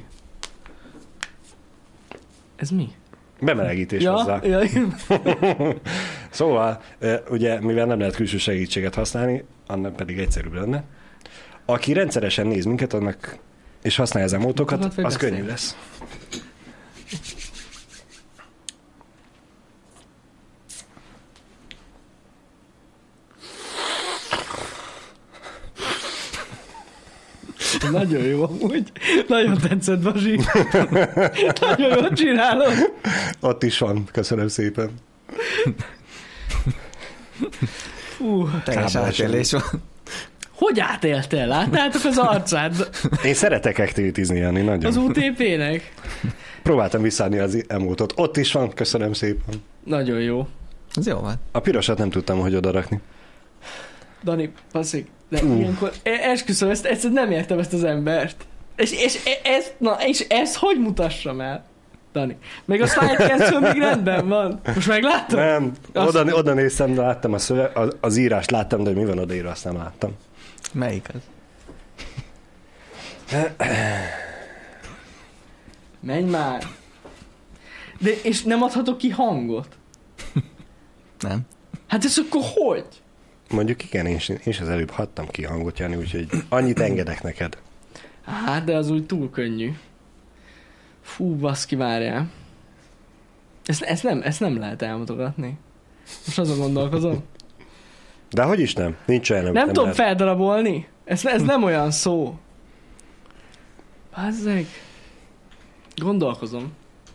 Ez mi? Bemelegítés Ja, hozzá. ja, Szóval, eh, ugye, mivel nem lehet külső segítséget használni, annak pedig egyszerűbb lenne. Aki rendszeresen néz minket, annak és használja az emótokat, Mutogat, vagy az beszél? könnyű lesz. Nagyon jó amúgy. Nagyon tetszett, Bazsi. Nagyon jól csinálod. Ott is van, köszönöm szépen. Fú, teljes átélés van. hogy átéltél? Láttátok az arcád? Én szeretek activitizni, Jani, nagyon. Az u té pének? Próbáltam visszaadni az emótot. Ott is van, köszönöm szépen. Nagyon jó. Ez jó van. A pirosat nem tudtam, hogy odarakni. Dani, passzik, de Uh. ilyenkor, esküszöm, ezt, ezt nem értem ezt az embert. És, és, ez, na, és ezt hogy mutassam el? Dani. Még a slide még rendben van. Most meglátod? Nem, Azt... oda, oda néztem, de láttam a szöveg, az, az írást láttam, de hogy mi van odaírva, azt nem láttam. Melyik az? Menj már. De és nem adhatok ki hangot? Nem. Hát ez akkor hogy? Mondjuk igen, én, én is az előbb hattam ki hangot, Jani, úgyhogy annyit engedek neked. Hát, de az úgy túl könnyű. Fú, baszki, várjál. Ezt, ezt, nem, ezt nem lehet elmutogatni. Most azon gondolkozom. De hogy is nem? Nincs olyan, Nem, nem, nem tudom lehet. feldarabolni. Ez, ez nem olyan szó. Bazzeg. Gondolkozom.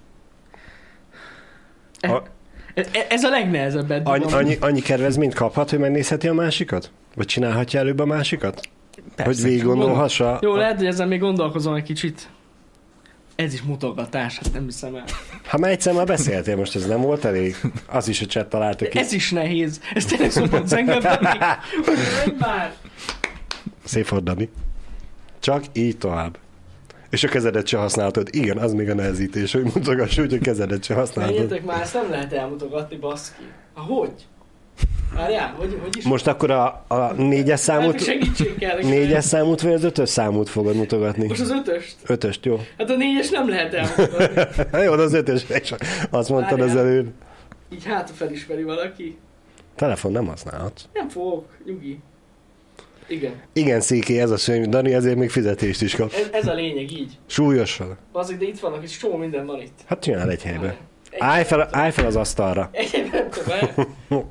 E, A- e, ez a legnehezebb eddig. Annyi, amúgy. annyi, annyi kedvezményt kaphat, hogy megnézheti a másikat? Vagy csinálhatja előbb a másikat? Persze. Hogy végig gondolhassa? Jó, lehet, hogy ezzel még gondolkozom egy kicsit. Ez is mutogatás, hát nem hiszem el. Ha már egyszer már beszéltél, most ez nem volt elég? Az is a chat találta ki. Ez is nehéz. Ez tényleg szomorú engem venni. Menj már! Szép volt, Dani. Csak így tovább. És a kezedet se használtad. Igen, az még a nehezítés, hogy mutogass úgy, hogy a kezedet se használtad. Menjetek már, ezt nem lehet elmutogatni, baszki. Ha hogy? Várjál, hogy, hogy is? Most akkor a, a négyes Számot... számot, Segítség kell. nekem. négyes számot vagy az ötös számot fogod mutogatni? Most az ötöst? Ötöst, jó. Hát a négyes nem lehet elmutogatni. Jó, az ötös, azt mondtad az Várjál. előbb. Így hátra felismeri valaki. Telefon nem használhatsz. Nem fogok, nyugi. Igen. Igen, Széki, ez a szőny, Dani, ezért még fizetést is kap. Ez, ez a lényeg, így. Súlyosan. Azért, de itt vannak, és csomó minden van itt. Hát csinál egy helybe. Egy- Állj fel, állj fel az asztalra. Egyébként nem tudom, el.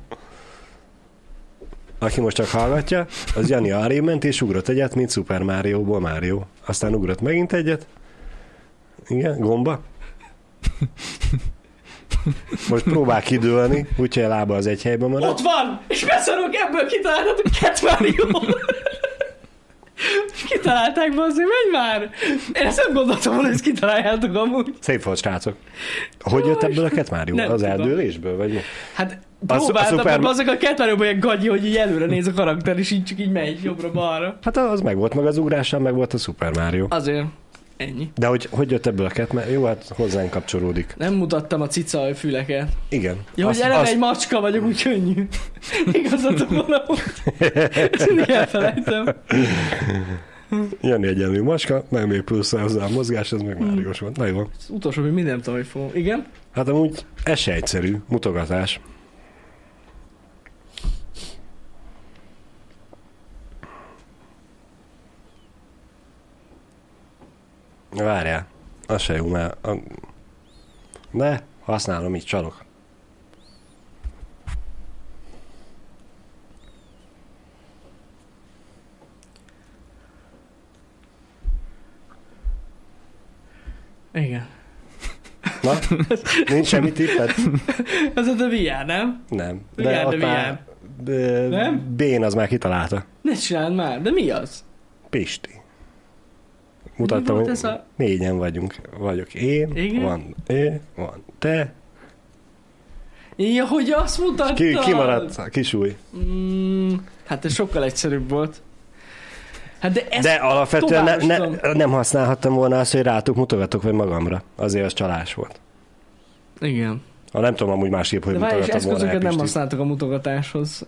Aki most csak hallgatja, az Jani arrébb ment és ugrott egyet, mint Super Mario-ból Mario. Aztán ugrott megint egyet. Igen, gomba. Most próbál kidőlni, úgyhogy a lába az egy helyben marad. Ott van! És beszarok, ebből kitaláltatok Cat Mario! Kitalálták be, azért menj már! Én ezt nem gondoltam volna, hogy ezt kitaláljátok amúgy. Szép volt, srácok. Hogy jött ebből a Cat Mario? Nem Az tudom. eldőlésből, vagy mi? Hát A szu- a próbáltam, Super- Super... azok a Cat Mario-ban ilyen gagyi, hogy így előre néz a karakter, és így csak így megy jobbra-balra. Hát az meg volt, meg az ugrással meg volt a Super Mario. Azért. Ennyi. De hogy, hogy jött ebből a Cat Mario? Jó, hát hozzánk kapcsolódik. Nem mutattam a cica füleket. Igen. Ja, hogy Azt- eleve azt- egy macska vagyok, úgy könnyű. Igazatok valahogy. Ezt mindig elfelejtem. Jönni egyenlő macska, meg még plusz hozzá a mozgás, ez meg Máriós volt. Na jó. Az utolsó, hogy minden tudom, hogy fogom. Igen? Hát amúgy ez se egyszerű, mutogatás. Várjál, az se jó, mert... A... De használom, így csalok. Igen. Na, nincs semmi tippet? Ez a vé er, nem? Nem. Vigyázz, ott de már... De... Nem? Bén az már kitalálta. Ne csináld már, de mi az? Pisti. Mutattam, volt hogy ez a- négyen vagyunk. Vagyok én, Igen? van én, van te. Ja, hogy azt mutattad? Ki, ki maradt a kisúly? Mm, hát ez sokkal egyszerűbb volt. Hát de ezt De alapvetően ne, tovább ne, nem használhattam volna azt, hogy rátok mutogatok, vagy magamra. Azért az csalás volt. Igen. Ha nem tudom amúgy másképp, hogy De várj, és mutogatod volna eszközöket nem Pistit. használtak a mutogatáshoz.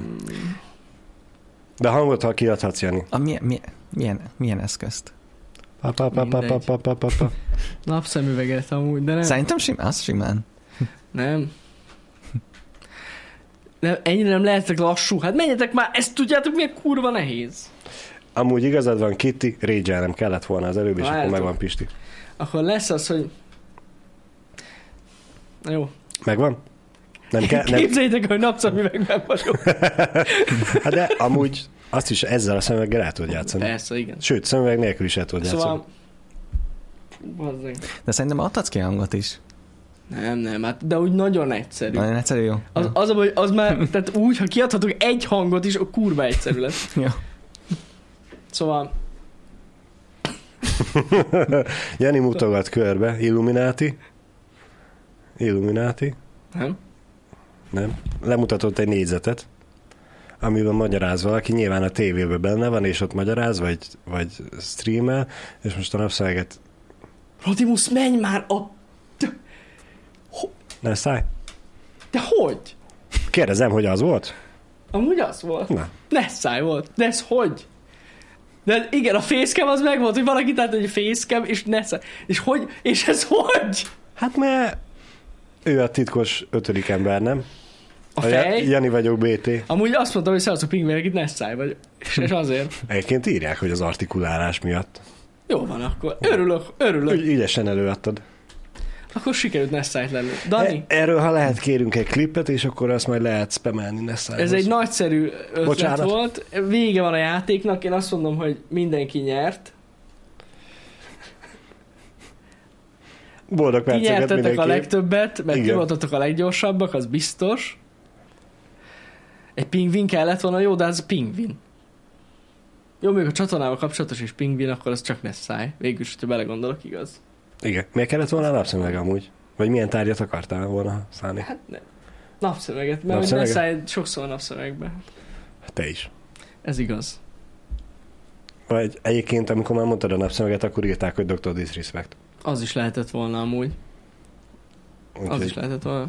De hangot, ha kiadhatsz, Jani. A milyen, milyen, milyen, milyen eszközt? Pa, pa, pa, pa, pa, pa, pa, pa, pa. Napszemüveget amúgy, de nem. Szerintem simán, az simán. Nem. Nem, ennyire nem lehetek lassú. Hát menjetek már, ezt tudjátok, milyen kurva nehéz. Amúgy igazad van, Kitty, rage nem kellett volna az előbb, és Várjátok. akkor megvan Pisti. Akkor lesz az, hogy... Na jó. Megvan? Nem kell? Nem. Képzeljétek, hogy napszemüvegben vagyok. Hát de amúgy azt is ezzel a szemüveggel el tudod játszani. Persze, igen. Sőt, szemüveg nélkül is el tudod játszani. Szóval... Bazzeg. De szerintem adhatsz ki hangot is. Nem, nem, hát, de úgy nagyon egyszerű. Nagyon egyszerű, jó. Az, az, az, az már, tehát úgy, ha kiadhatunk egy hangot is, a kurva egyszerű lesz. Jó. Szóval... Jani mutogat körbe. Illuminati. Illuminati. Nem? Nem. Lemutatott egy négyzetet, amiben magyaráz valaki, nyilván a tévében benne van, és ott magyaráz, vagy, vagy streamel, és most a napszöveget... Rodimus, menj már a... Ne szállj. De hogy? Kérdezem, hogy az volt? Amúgy az volt. Na. Nesszáj volt. De ez hogy? De igen, a facecam az meg volt, hogy valaki tehát egy facecam, és Nesszáj. És hogy? És ez hogy? Hát mert ő a titkos ötödik ember, nem? A fej? Jani vagyok, bé té. Amúgy azt mondtam, hogy szarszok pingvinek, itt Nesszáj vagy. És, és azért. Egyébként írják, hogy az artikulálás miatt. Jó van akkor. Örülök, örülök. Ügy, ügyesen előadtad. Akkor sikerült Nesszájt lenni. Dani? E- erről, ha lehet, kérünk egy klippet, és akkor azt majd lehet spamelni Nesszájhoz. Ez egy nagyszerű ötlet Bocsánat. volt. Vége van a játéknak. Én azt mondom, hogy mindenki nyert. Boldog Ti perceket nyertetek mindenki. a legtöbbet, mert Igen. ti voltatok a leggyorsabbak, az biztos. Egy pingvin kellett volna, jó, de az pingvin. Jó, még a csatornával kapcsolatos és pingvin, akkor az csak Nesszáj. Végülis, hogyha belegondolok, igaz. Igen. Miért kellett volna a napszemeg amúgy? Vagy milyen tárgyat akartál volna szállni? Hát ne. Napszöveget, mert Napszöveget? Nesszáj sokszor a napszövegbe. Te is. Ez igaz. Vagy egyébként, amikor már mondtad a napszemeget, akkor írták, hogy doktor Disrespect. Az is lehetett volna amúgy. Úgyhogy... Az is lehetett volna.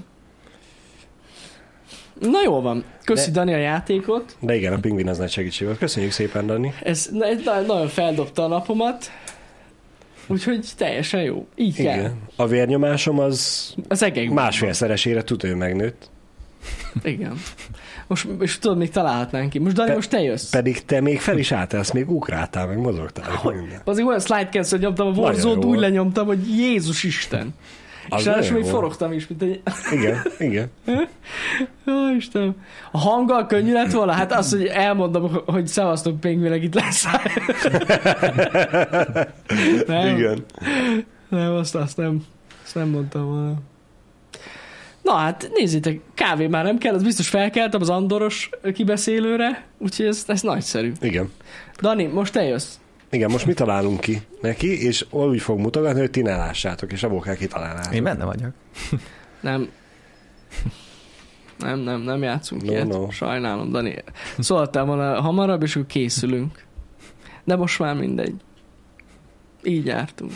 Na jó van. Köszi, De- Dani, a játékot. De igen, a pingvin az nagy segítség volt. Köszönjük szépen, Dani. Ez na- ez na- nagyon feldobta a napomat. Úgyhogy teljesen jó. Így kell. Igen. A vérnyomásom az Az egekben. másfélszeresére tud ő megnőtt. Igen. Most, és tudod, még találhatnánk ki. Most Dani, Pe- most te jössz. Pedig te még fel is álltálsz, még ugráltál, meg mozogtál. Hogy? Minden. Azért olyan slide cancel nyomtam, a Nagyon Warzone-t jó úgy volt. lenyomtam, hogy Jézus Isten. Az És ráadásul nagyon még jó. forogtam is, mint egy... Igen, igen. Ó, Istenem. A hanggal könnyű lett volna? Hát az, hogy elmondom, hogy szevasztok pingvinek, itt lesz. Nem, Igen. nem, azt, azt nem, azt nem mondtam volna. Na hát, nézzétek, kávé már nem kell, az biztos felkeltem az andoros kibeszélőre, úgyhogy ez, ez nagyszerű. Igen. Dani, most te jössz. Igen, most mi találunk ki neki, és úgy fog mutogatni, hogy ti ne lássátok, és abból kell kitalálni. Én benne vagyok. Nem. Nem, nem, nem játszunk No, ilyet. no. Sajnálom, Dani. Szóltál volna hamarabb, és akkor készülünk. De most már mindegy. Így jártunk.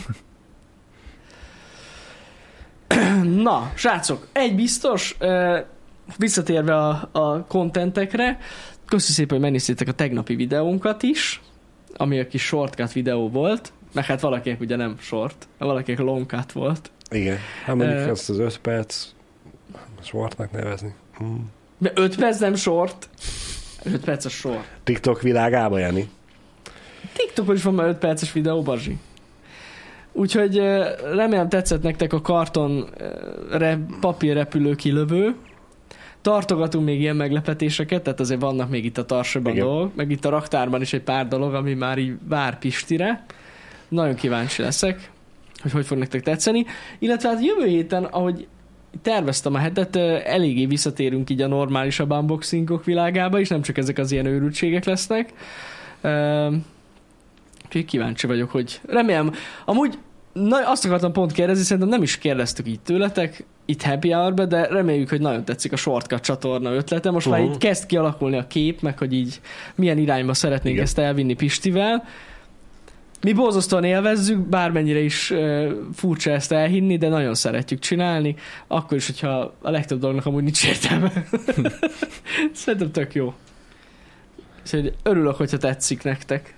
Na, srácok, egy biztos, uh, visszatérve a, a kontentekre, köszi szépen, hogy megnéztétek a tegnapi videónkat is, ami a kis shortcut videó volt, meg hát valakinek ugye nem short, valakinek long cut volt. Igen. Hát mondjuk Ö. azt az öt perc sportnak nevezni. Hmm. De öt perc nem short. öt perc a short. TikTok világába, Jani. TikTokon is van már öt perces videó, Bazsi. Úgyhogy ö, remélem tetszett nektek a karton ö, re, papírrepülő kilövő. Tartogatunk még ilyen meglepetéseket, tehát azért vannak még itt a tarsában Igen. dolgok, meg itt a raktárban is egy pár dolog, ami már így vár Pistire. Nagyon kíváncsi leszek, hogy hogy fog nektek tetszeni. Illetve hát jövő héten, ahogy terveztem a hetet, ö, eléggé visszatérünk így a normálisabb unboxingok világába, és nem csak ezek az ilyen őrültségek lesznek. Ö, Úgyhogy kíváncsi vagyok, hogy remélem, amúgy na, azt akartam pont kérdezni, szerintem nem is kérdeztük így tőletek, itt Happy Hour-be, de reméljük, hogy nagyon tetszik a Shortcut csatorna ötlete. Most uh-huh. már itt kezd kialakulni a kép, meg hogy így milyen irányba szeretnénk Igen. ezt elvinni Pistivel. Mi borzasztóan élvezzük, bármennyire is uh, furcsa ezt elhinni, de nagyon szeretjük csinálni, akkor is, hogyha a legtöbb dolognak amúgy nincs értelme. Szerintem tök jó. Úgyhogy örülök, hogyha tetszik nektek.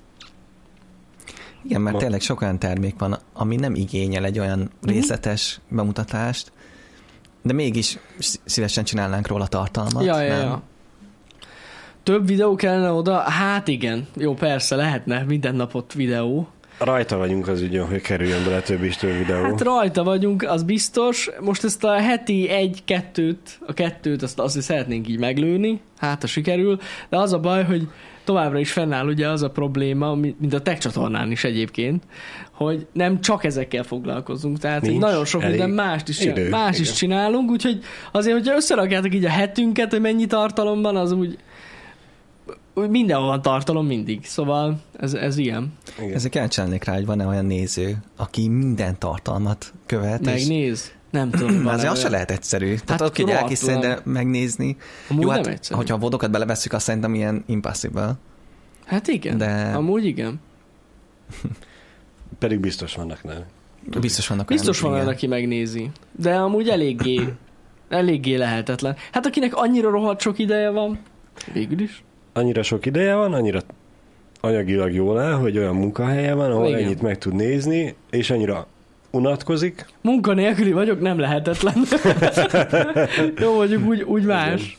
Igen, mert Ma- tényleg sok olyan termék van, ami nem igényel egy olyan részletes bemutatást, de mégis sz- szívesen csinálnánk róla tartalmat. Ja, ja, nem? ja. Több videó kellene oda? Hát igen. Jó, persze, lehetne minden napot videó. Rajta vagyunk az ügyön, hogy kerüljön bele több is több videó. Hát rajta vagyunk, az biztos. Most ezt a heti egy-kettőt, a kettőt azt azért szeretnénk így meglőni, hát ha sikerül, de az a baj, hogy továbbra is fennáll ugye az a probléma, mint a Tech csatornán is egyébként, hogy nem csak ezekkel foglalkozunk, tehát hogy nagyon sok minden mást is, csinál, más is csinálunk, úgyhogy azért, hogyha összerakjátok így a hetünket, hogy mennyi tartalom van, az úgy mindenhol van tartalom mindig, szóval ez, ez ilyen. Igen. Ezek elcsinálnék rá, hogy van-e olyan néző, aki minden tartalmat követ. Megnéz. És... Nem tudom. Azért az se lehet egyszerű. Hát tehát oké, hogy elkészíteni, de megnézni. Amúgy jó, nem hát, egyszerű. hogyha a vodokat belevesszük, azt szerintem ilyen impossible. Hát igen, de... amúgy igen. Pedig biztos vannak, nem? Biztos vannak Biztos van olyan, aki megnézi. De amúgy eléggé, eléggé lehetetlen. Hát akinek annyira rohadt sok ideje van, végül is. Annyira sok ideje van, annyira anyagilag jól áll, hogy olyan munkahelye van, ahol igen. ennyit meg tud nézni, és annyira unatkozik. Munkanélküli vagyok, nem lehetetlen. Jó, mondjuk úgy, úgy más.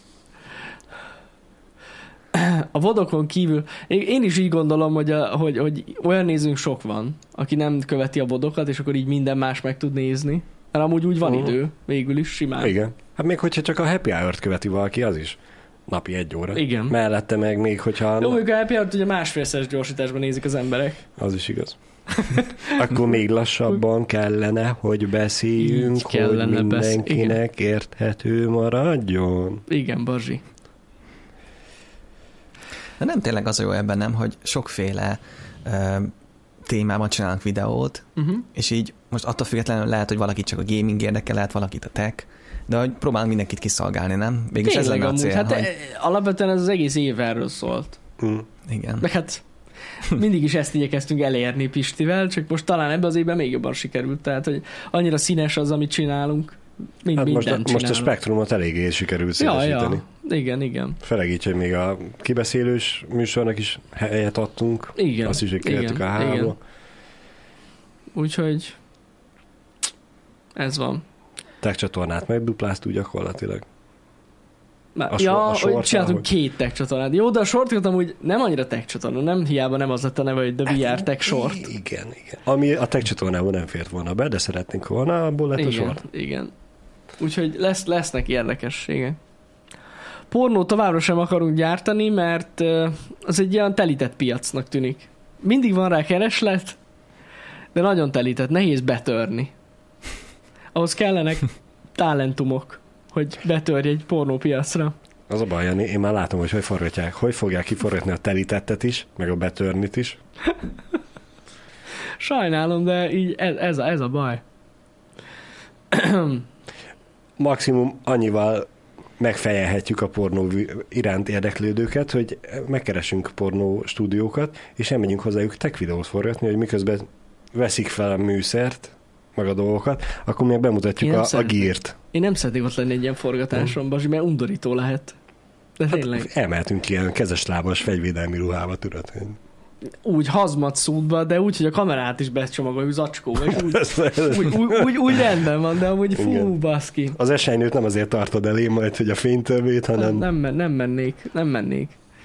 A vodokon kívül, én is így gondolom, hogy, a, hogy, hogy olyan nézőnk sok van, aki nem követi a vodokat, és akkor így minden más meg tud nézni. Mert amúgy úgy van uh-huh. idő, végül is simán. Igen. Hát még hogyha csak a Happy Hour-t követi valaki, az is napi egy óra. Igen. Mellette meg még, hogyha... Jó, hogy a Happy Hour-t ugye másfélszeres gyorsításban nézik az emberek. Az is igaz. Akkor még lassabban kellene, hogy beszéljünk, így kellene hogy mindenkinek besz... érthető maradjon. Igen, Bazsi. De nem tényleg az a jó ebben, nem, hogy sokféle ö, témában csinálnak videót, uh-huh. és így most attól függetlenül lehet, hogy valaki csak a gaming érdekel, lehet valakit a tech, de hogy próbálunk mindenkit kiszolgálni, nem? Végülis ez lenne a cél. Hát hogy... alapvetően ez az egész év erről szólt. Mm. Igen. Meg hát mindig is ezt igyekeztünk elérni Pistivel, csak most talán ebben az évben még jobban sikerült, tehát hogy annyira színes az, amit csinálunk. Mind, hát most, a, most a csinálunk. spektrumot eléggé sikerült szélesíteni. Ja, ja. Igen, igen. Főleg így, hogy még a kibeszélős műsornak is helyet adtunk. Igen. Azt is, hogy kértük a hálóba. Úgyhogy ez van. Tech csatornát megdupláztuk gyakorlatilag. Már, a ja, sor, hogy csináltunk hogy... két tech csatornát. Jó, de a sortokat amúgy nem annyira tech csatorna, nem hiába nem az lett a neve, hogy The vé er Tech Short. Igen, igen. Ami a tech csatornában nem fért volna be, de szeretnénk volna, abból lett igen, a sort. Igen, úgyhogy lesz, lesznek érdekességek. Pornót továbbra sem akarunk gyártani, mert az egy ilyen telített piacnak tűnik. Mindig van rá kereslet, de nagyon telített, nehéz betörni. Ahhoz kellenek talentumok, hogy betörj egy pornópiacra. Az a baj, Jani, én már látom, hogy hogy forgatják, hogy fogják kiforgatni a telítettet is, meg a betörnit is. Sajnálom, de így ez, ez, a, ez a baj. Maximum annyival megfejelhetjük a pornó iránt érdeklődőket, hogy megkeresünk pornó stúdiókat, és nem megyünk hozzájuk tech videót forgatni, hogy miközben veszik fel a műszert, meg a dolgokat, akkor még bemutatjuk a, a gírt. Én nem szeretnék ott lenni egy ilyen forgatáson, Bazsi, mert undorító lehet. De tényleg. Hát elmehetünk ilyen kezeslábas fegyvédelmi ruhába, tudod. Úgy hazmat szútba, de úgy, hogy a kamerát is becsomagoljuk zacskóba, és úgy, úgy, úgy, úgy, úgy rendben van, de amúgy fú, igen. Baszki. Az esernyőt nem azért tartod elé majd, hogy a fénytörvét, hanem... Nem, nem mennék, nem mennék.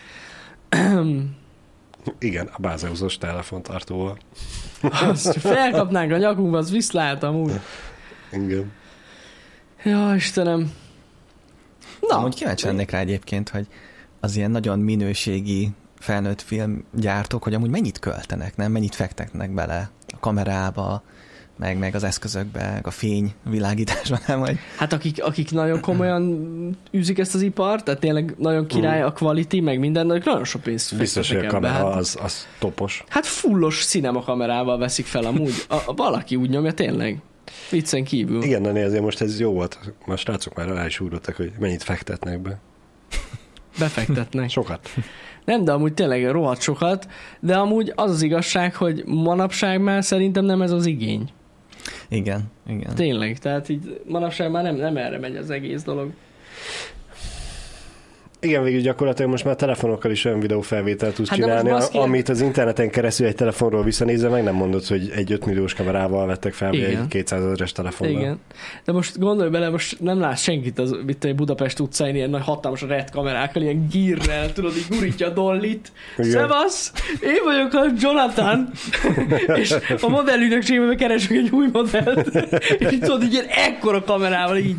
Igen, a bázeuzós telefontartóval. Azt felkapnánk a nyakunkba, az viszláltam úgy. Igen. Ja, Istenem. Na, amúgy kíváncsi lennék rá egyébként, hogy az ilyen nagyon minőségi felnőtt filmgyártók, hogy amúgy mennyit költenek, nem? Mennyit fektetnek bele a kamerába, meg, meg az eszközökbe, meg a fény világításban, nem? Vagy... Hát akik, akik nagyon komolyan űzik ezt az ipart, tehát tényleg nagyon király a quality, meg minden, nagyon sok pénzt biztos, hogy a kamera az, az topos. Hát fullos cinema kamerával veszik fel amúgy. A, a, valaki úgy nyomja tényleg. Viccen kívül. Igen, de azért most ez jó volt. A srácok már rá is úrultak, hogy mennyit fektetnek be. Befektetnek. Sokat. Nem, de amúgy tényleg rohadt sokat, de amúgy az az igazság, hogy manapság már szerintem nem ez az igény. Igen, igen. Tényleg, tehát így manapság már nem, nem erre megy az egész dolog. Igen, végül gyakorlatilag most már telefonokkal is olyan videófelvételt tudsz Hát csinálni, baszki, amit az interneten keresztül egy telefonról visszanézve, meg nem mondod, hogy egy öt milliós kamerával vettek fel, vagy egy kétszázezres telefonnal. Igen. De most gondolj bele, most nem látsz senkit az, mit egy Budapest utcáin ilyen nagy hatalmas red kamerákkal, ilyen gírrel, tudod, így gurítja a dollit. Szevasz! Én vagyok a Jonathan! És a modellügynökségben keresünk egy új modellt. És így tudod, így ilyen ekkora kamerával így.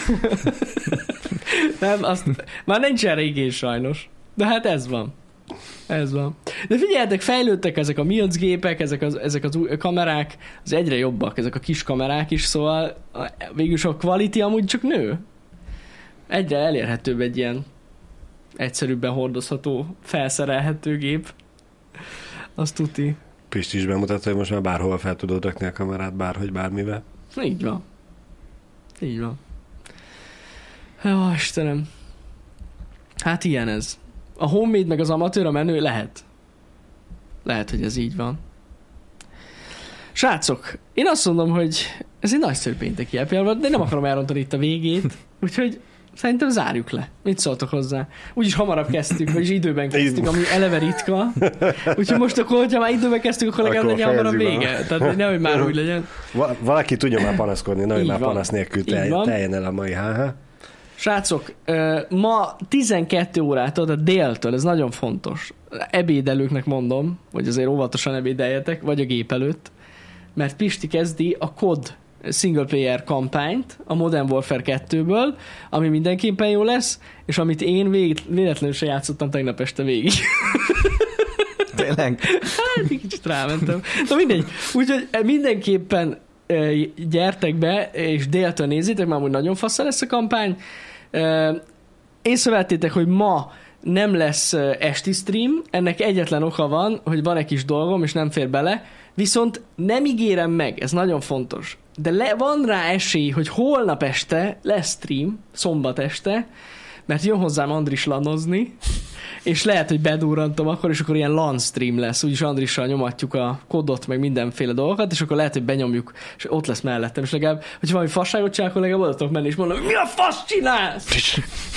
Nem, azt már nincs erre igény sajnos. De hát ez van. Ez van. De figyeljetek, fejlődtek ezek a milc gépek, ezek az, ezek az új kamerák, az egyre jobbak, ezek a kis kamerák is, szóval végülis a quality amúgy csak nő. Egyre elérhetőbb egy ilyen egyszerűbben hordozható, felszerelhető gép. Azt tuti. Pisti is bemutatta, hogy most már bárhol fel tudod rakni a kamerát, bárhogy, bármivel. Így van. Így van. Jó, Istenem. Hát ilyen ez. A homemade meg az amatőr a menő lehet. Lehet, hogy ez így van. Srácok, én azt mondom, hogy ez egy nagyszerű pénteki happy hour, de nem akarom elrontani itt a végét, úgyhogy szerintem zárjuk le. Mit szóltok hozzá? Úgyis hamarabb kezdtük, vagyis időben kezdtük, ami eleve ritka. Úgyhogy most akkor, hogyha már időben kezdtük, akkor legalább legyen hamarabb vége. Tehát nehogy már úgy legyen. Va- valaki tudja már panaszkodni, nehogy már panasz nélkül tel- teljen el a mai há há. Srácok, ma tizenkettő órától, tehát déltől, ez nagyon fontos. Ebédelőknek mondom, hogy azért óvatosan ebédeljetek, vagy a gép előtt, mert Pisti kezdi a cé o dé single player kampányt a Modern Warfare kettőből, ami mindenképpen jó lesz, és amit én vég- véletlenül se játszottam tegnap este végig. Tényleg? Hát, kicsit rámentem. Na mindegy. Úgyhogy mindenképpen gyertek be, és déltől nézzétek, már úgy nagyon fasz lesz a kampány. Észrevettétek, hogy ma nem lesz esti stream, ennek egyetlen oka van, hogy van egy kis dolgom, és nem fér bele, viszont nem ígérem meg, ez nagyon fontos, de le, van rá esély, hogy holnap este lesz stream, szombat este, mert jön hozzám Andris lanozni, és lehet, hogy bedurrantom akkor, és akkor ilyen LAN stream lesz, úgyis Andrissal nyomatjuk a kodot, meg mindenféle dolgokat, és akkor lehet, hogy benyomjuk, és ott lesz mellettem, és legalább, hogyha valami fasságot csinál, akkor legalább oda tudok menni, és mondom, mi a fasz csinálsz?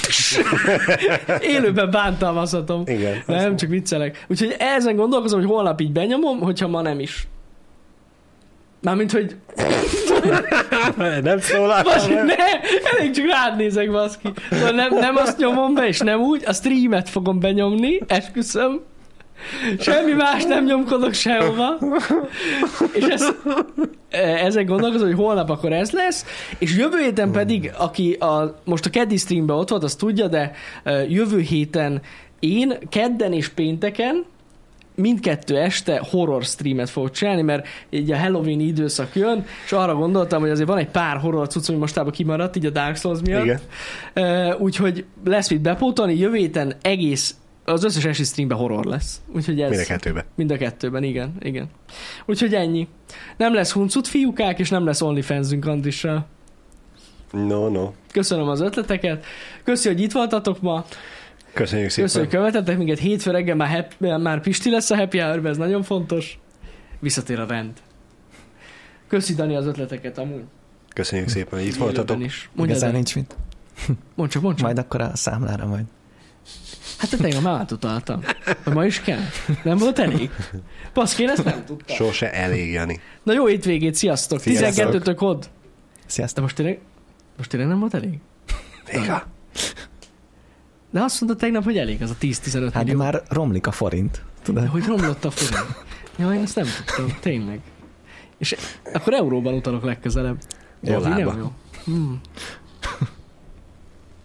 Élőben bántalmazhatom. Igen. Nem, csak viccelek. Úgyhogy ezen gondolkozom, hogy holnap így benyomom, hogyha ma nem is. Mármint, hogy... nem szólál. Ne, elég csak rád nézek, baszki. Nem, nem azt nyomom be, és nem úgy, a streamet fogom benyomni, esküszöm. Semmi más nem nyomkodok sehova. És ez, ezen gondolkozom, hogy holnap akkor ez lesz, és jövő héten pedig, aki a, most a keddi streamben ott volt, az tudja, de jövő héten én kedden és pénteken mindkettő este horror streamet fogok csinálni, mert így a Halloween időszak jön, és arra gondoltam, hogy azért van egy pár horror cucc, ami mostában kimaradt, így a Dark Souls miatt. Igen. Uh, úgyhogy lesz mit bepótolni, jövő héten egész, az összes esti streamben horror lesz. Úgyhogy ez, mind a kettőben. Mind a kettőben, igen, igen. Úgyhogy ennyi. Nem lesz huncut fiúkák, és nem lesz OnlyFans-ünk Andrissal. No, no. Köszönöm az ötleteket. Köszi, hogy itt voltatok ma. Köszönjük szépen. Köszönjük, hogy követettek minket. Hétfő reggel már, happy, már Pisti lesz a happy hour, ez nagyon fontos. Visszatér a rend. Köszi, Dani, az ötleteket amúgy. Köszönjük szépen, hogy itt voltatok. Igazán nincs mit. Mondd csak, mondd csak. Majd akkor a számlára majd. Hát te tegnap már átutaltam. Hogy ma is kell. Nem volt elég? Paszki, én ezt nem tudtam. Sose elég, Jani. Na jó hétvégét, sziasztok. Sziasztok. tizenkettőtök kod. Sziasztok. De most tényleg, most tényleg nem volt elég? Véga. De azt mondta tegnap, hogy elég az a tíz-tizenöt hát millió. Hát már romlik a forint. Tudod? Hogy romlott a forint. Ja, én ezt nem tudtam. Tényleg. És akkor euróban utalok legközelebb. Dollárban. Hmm.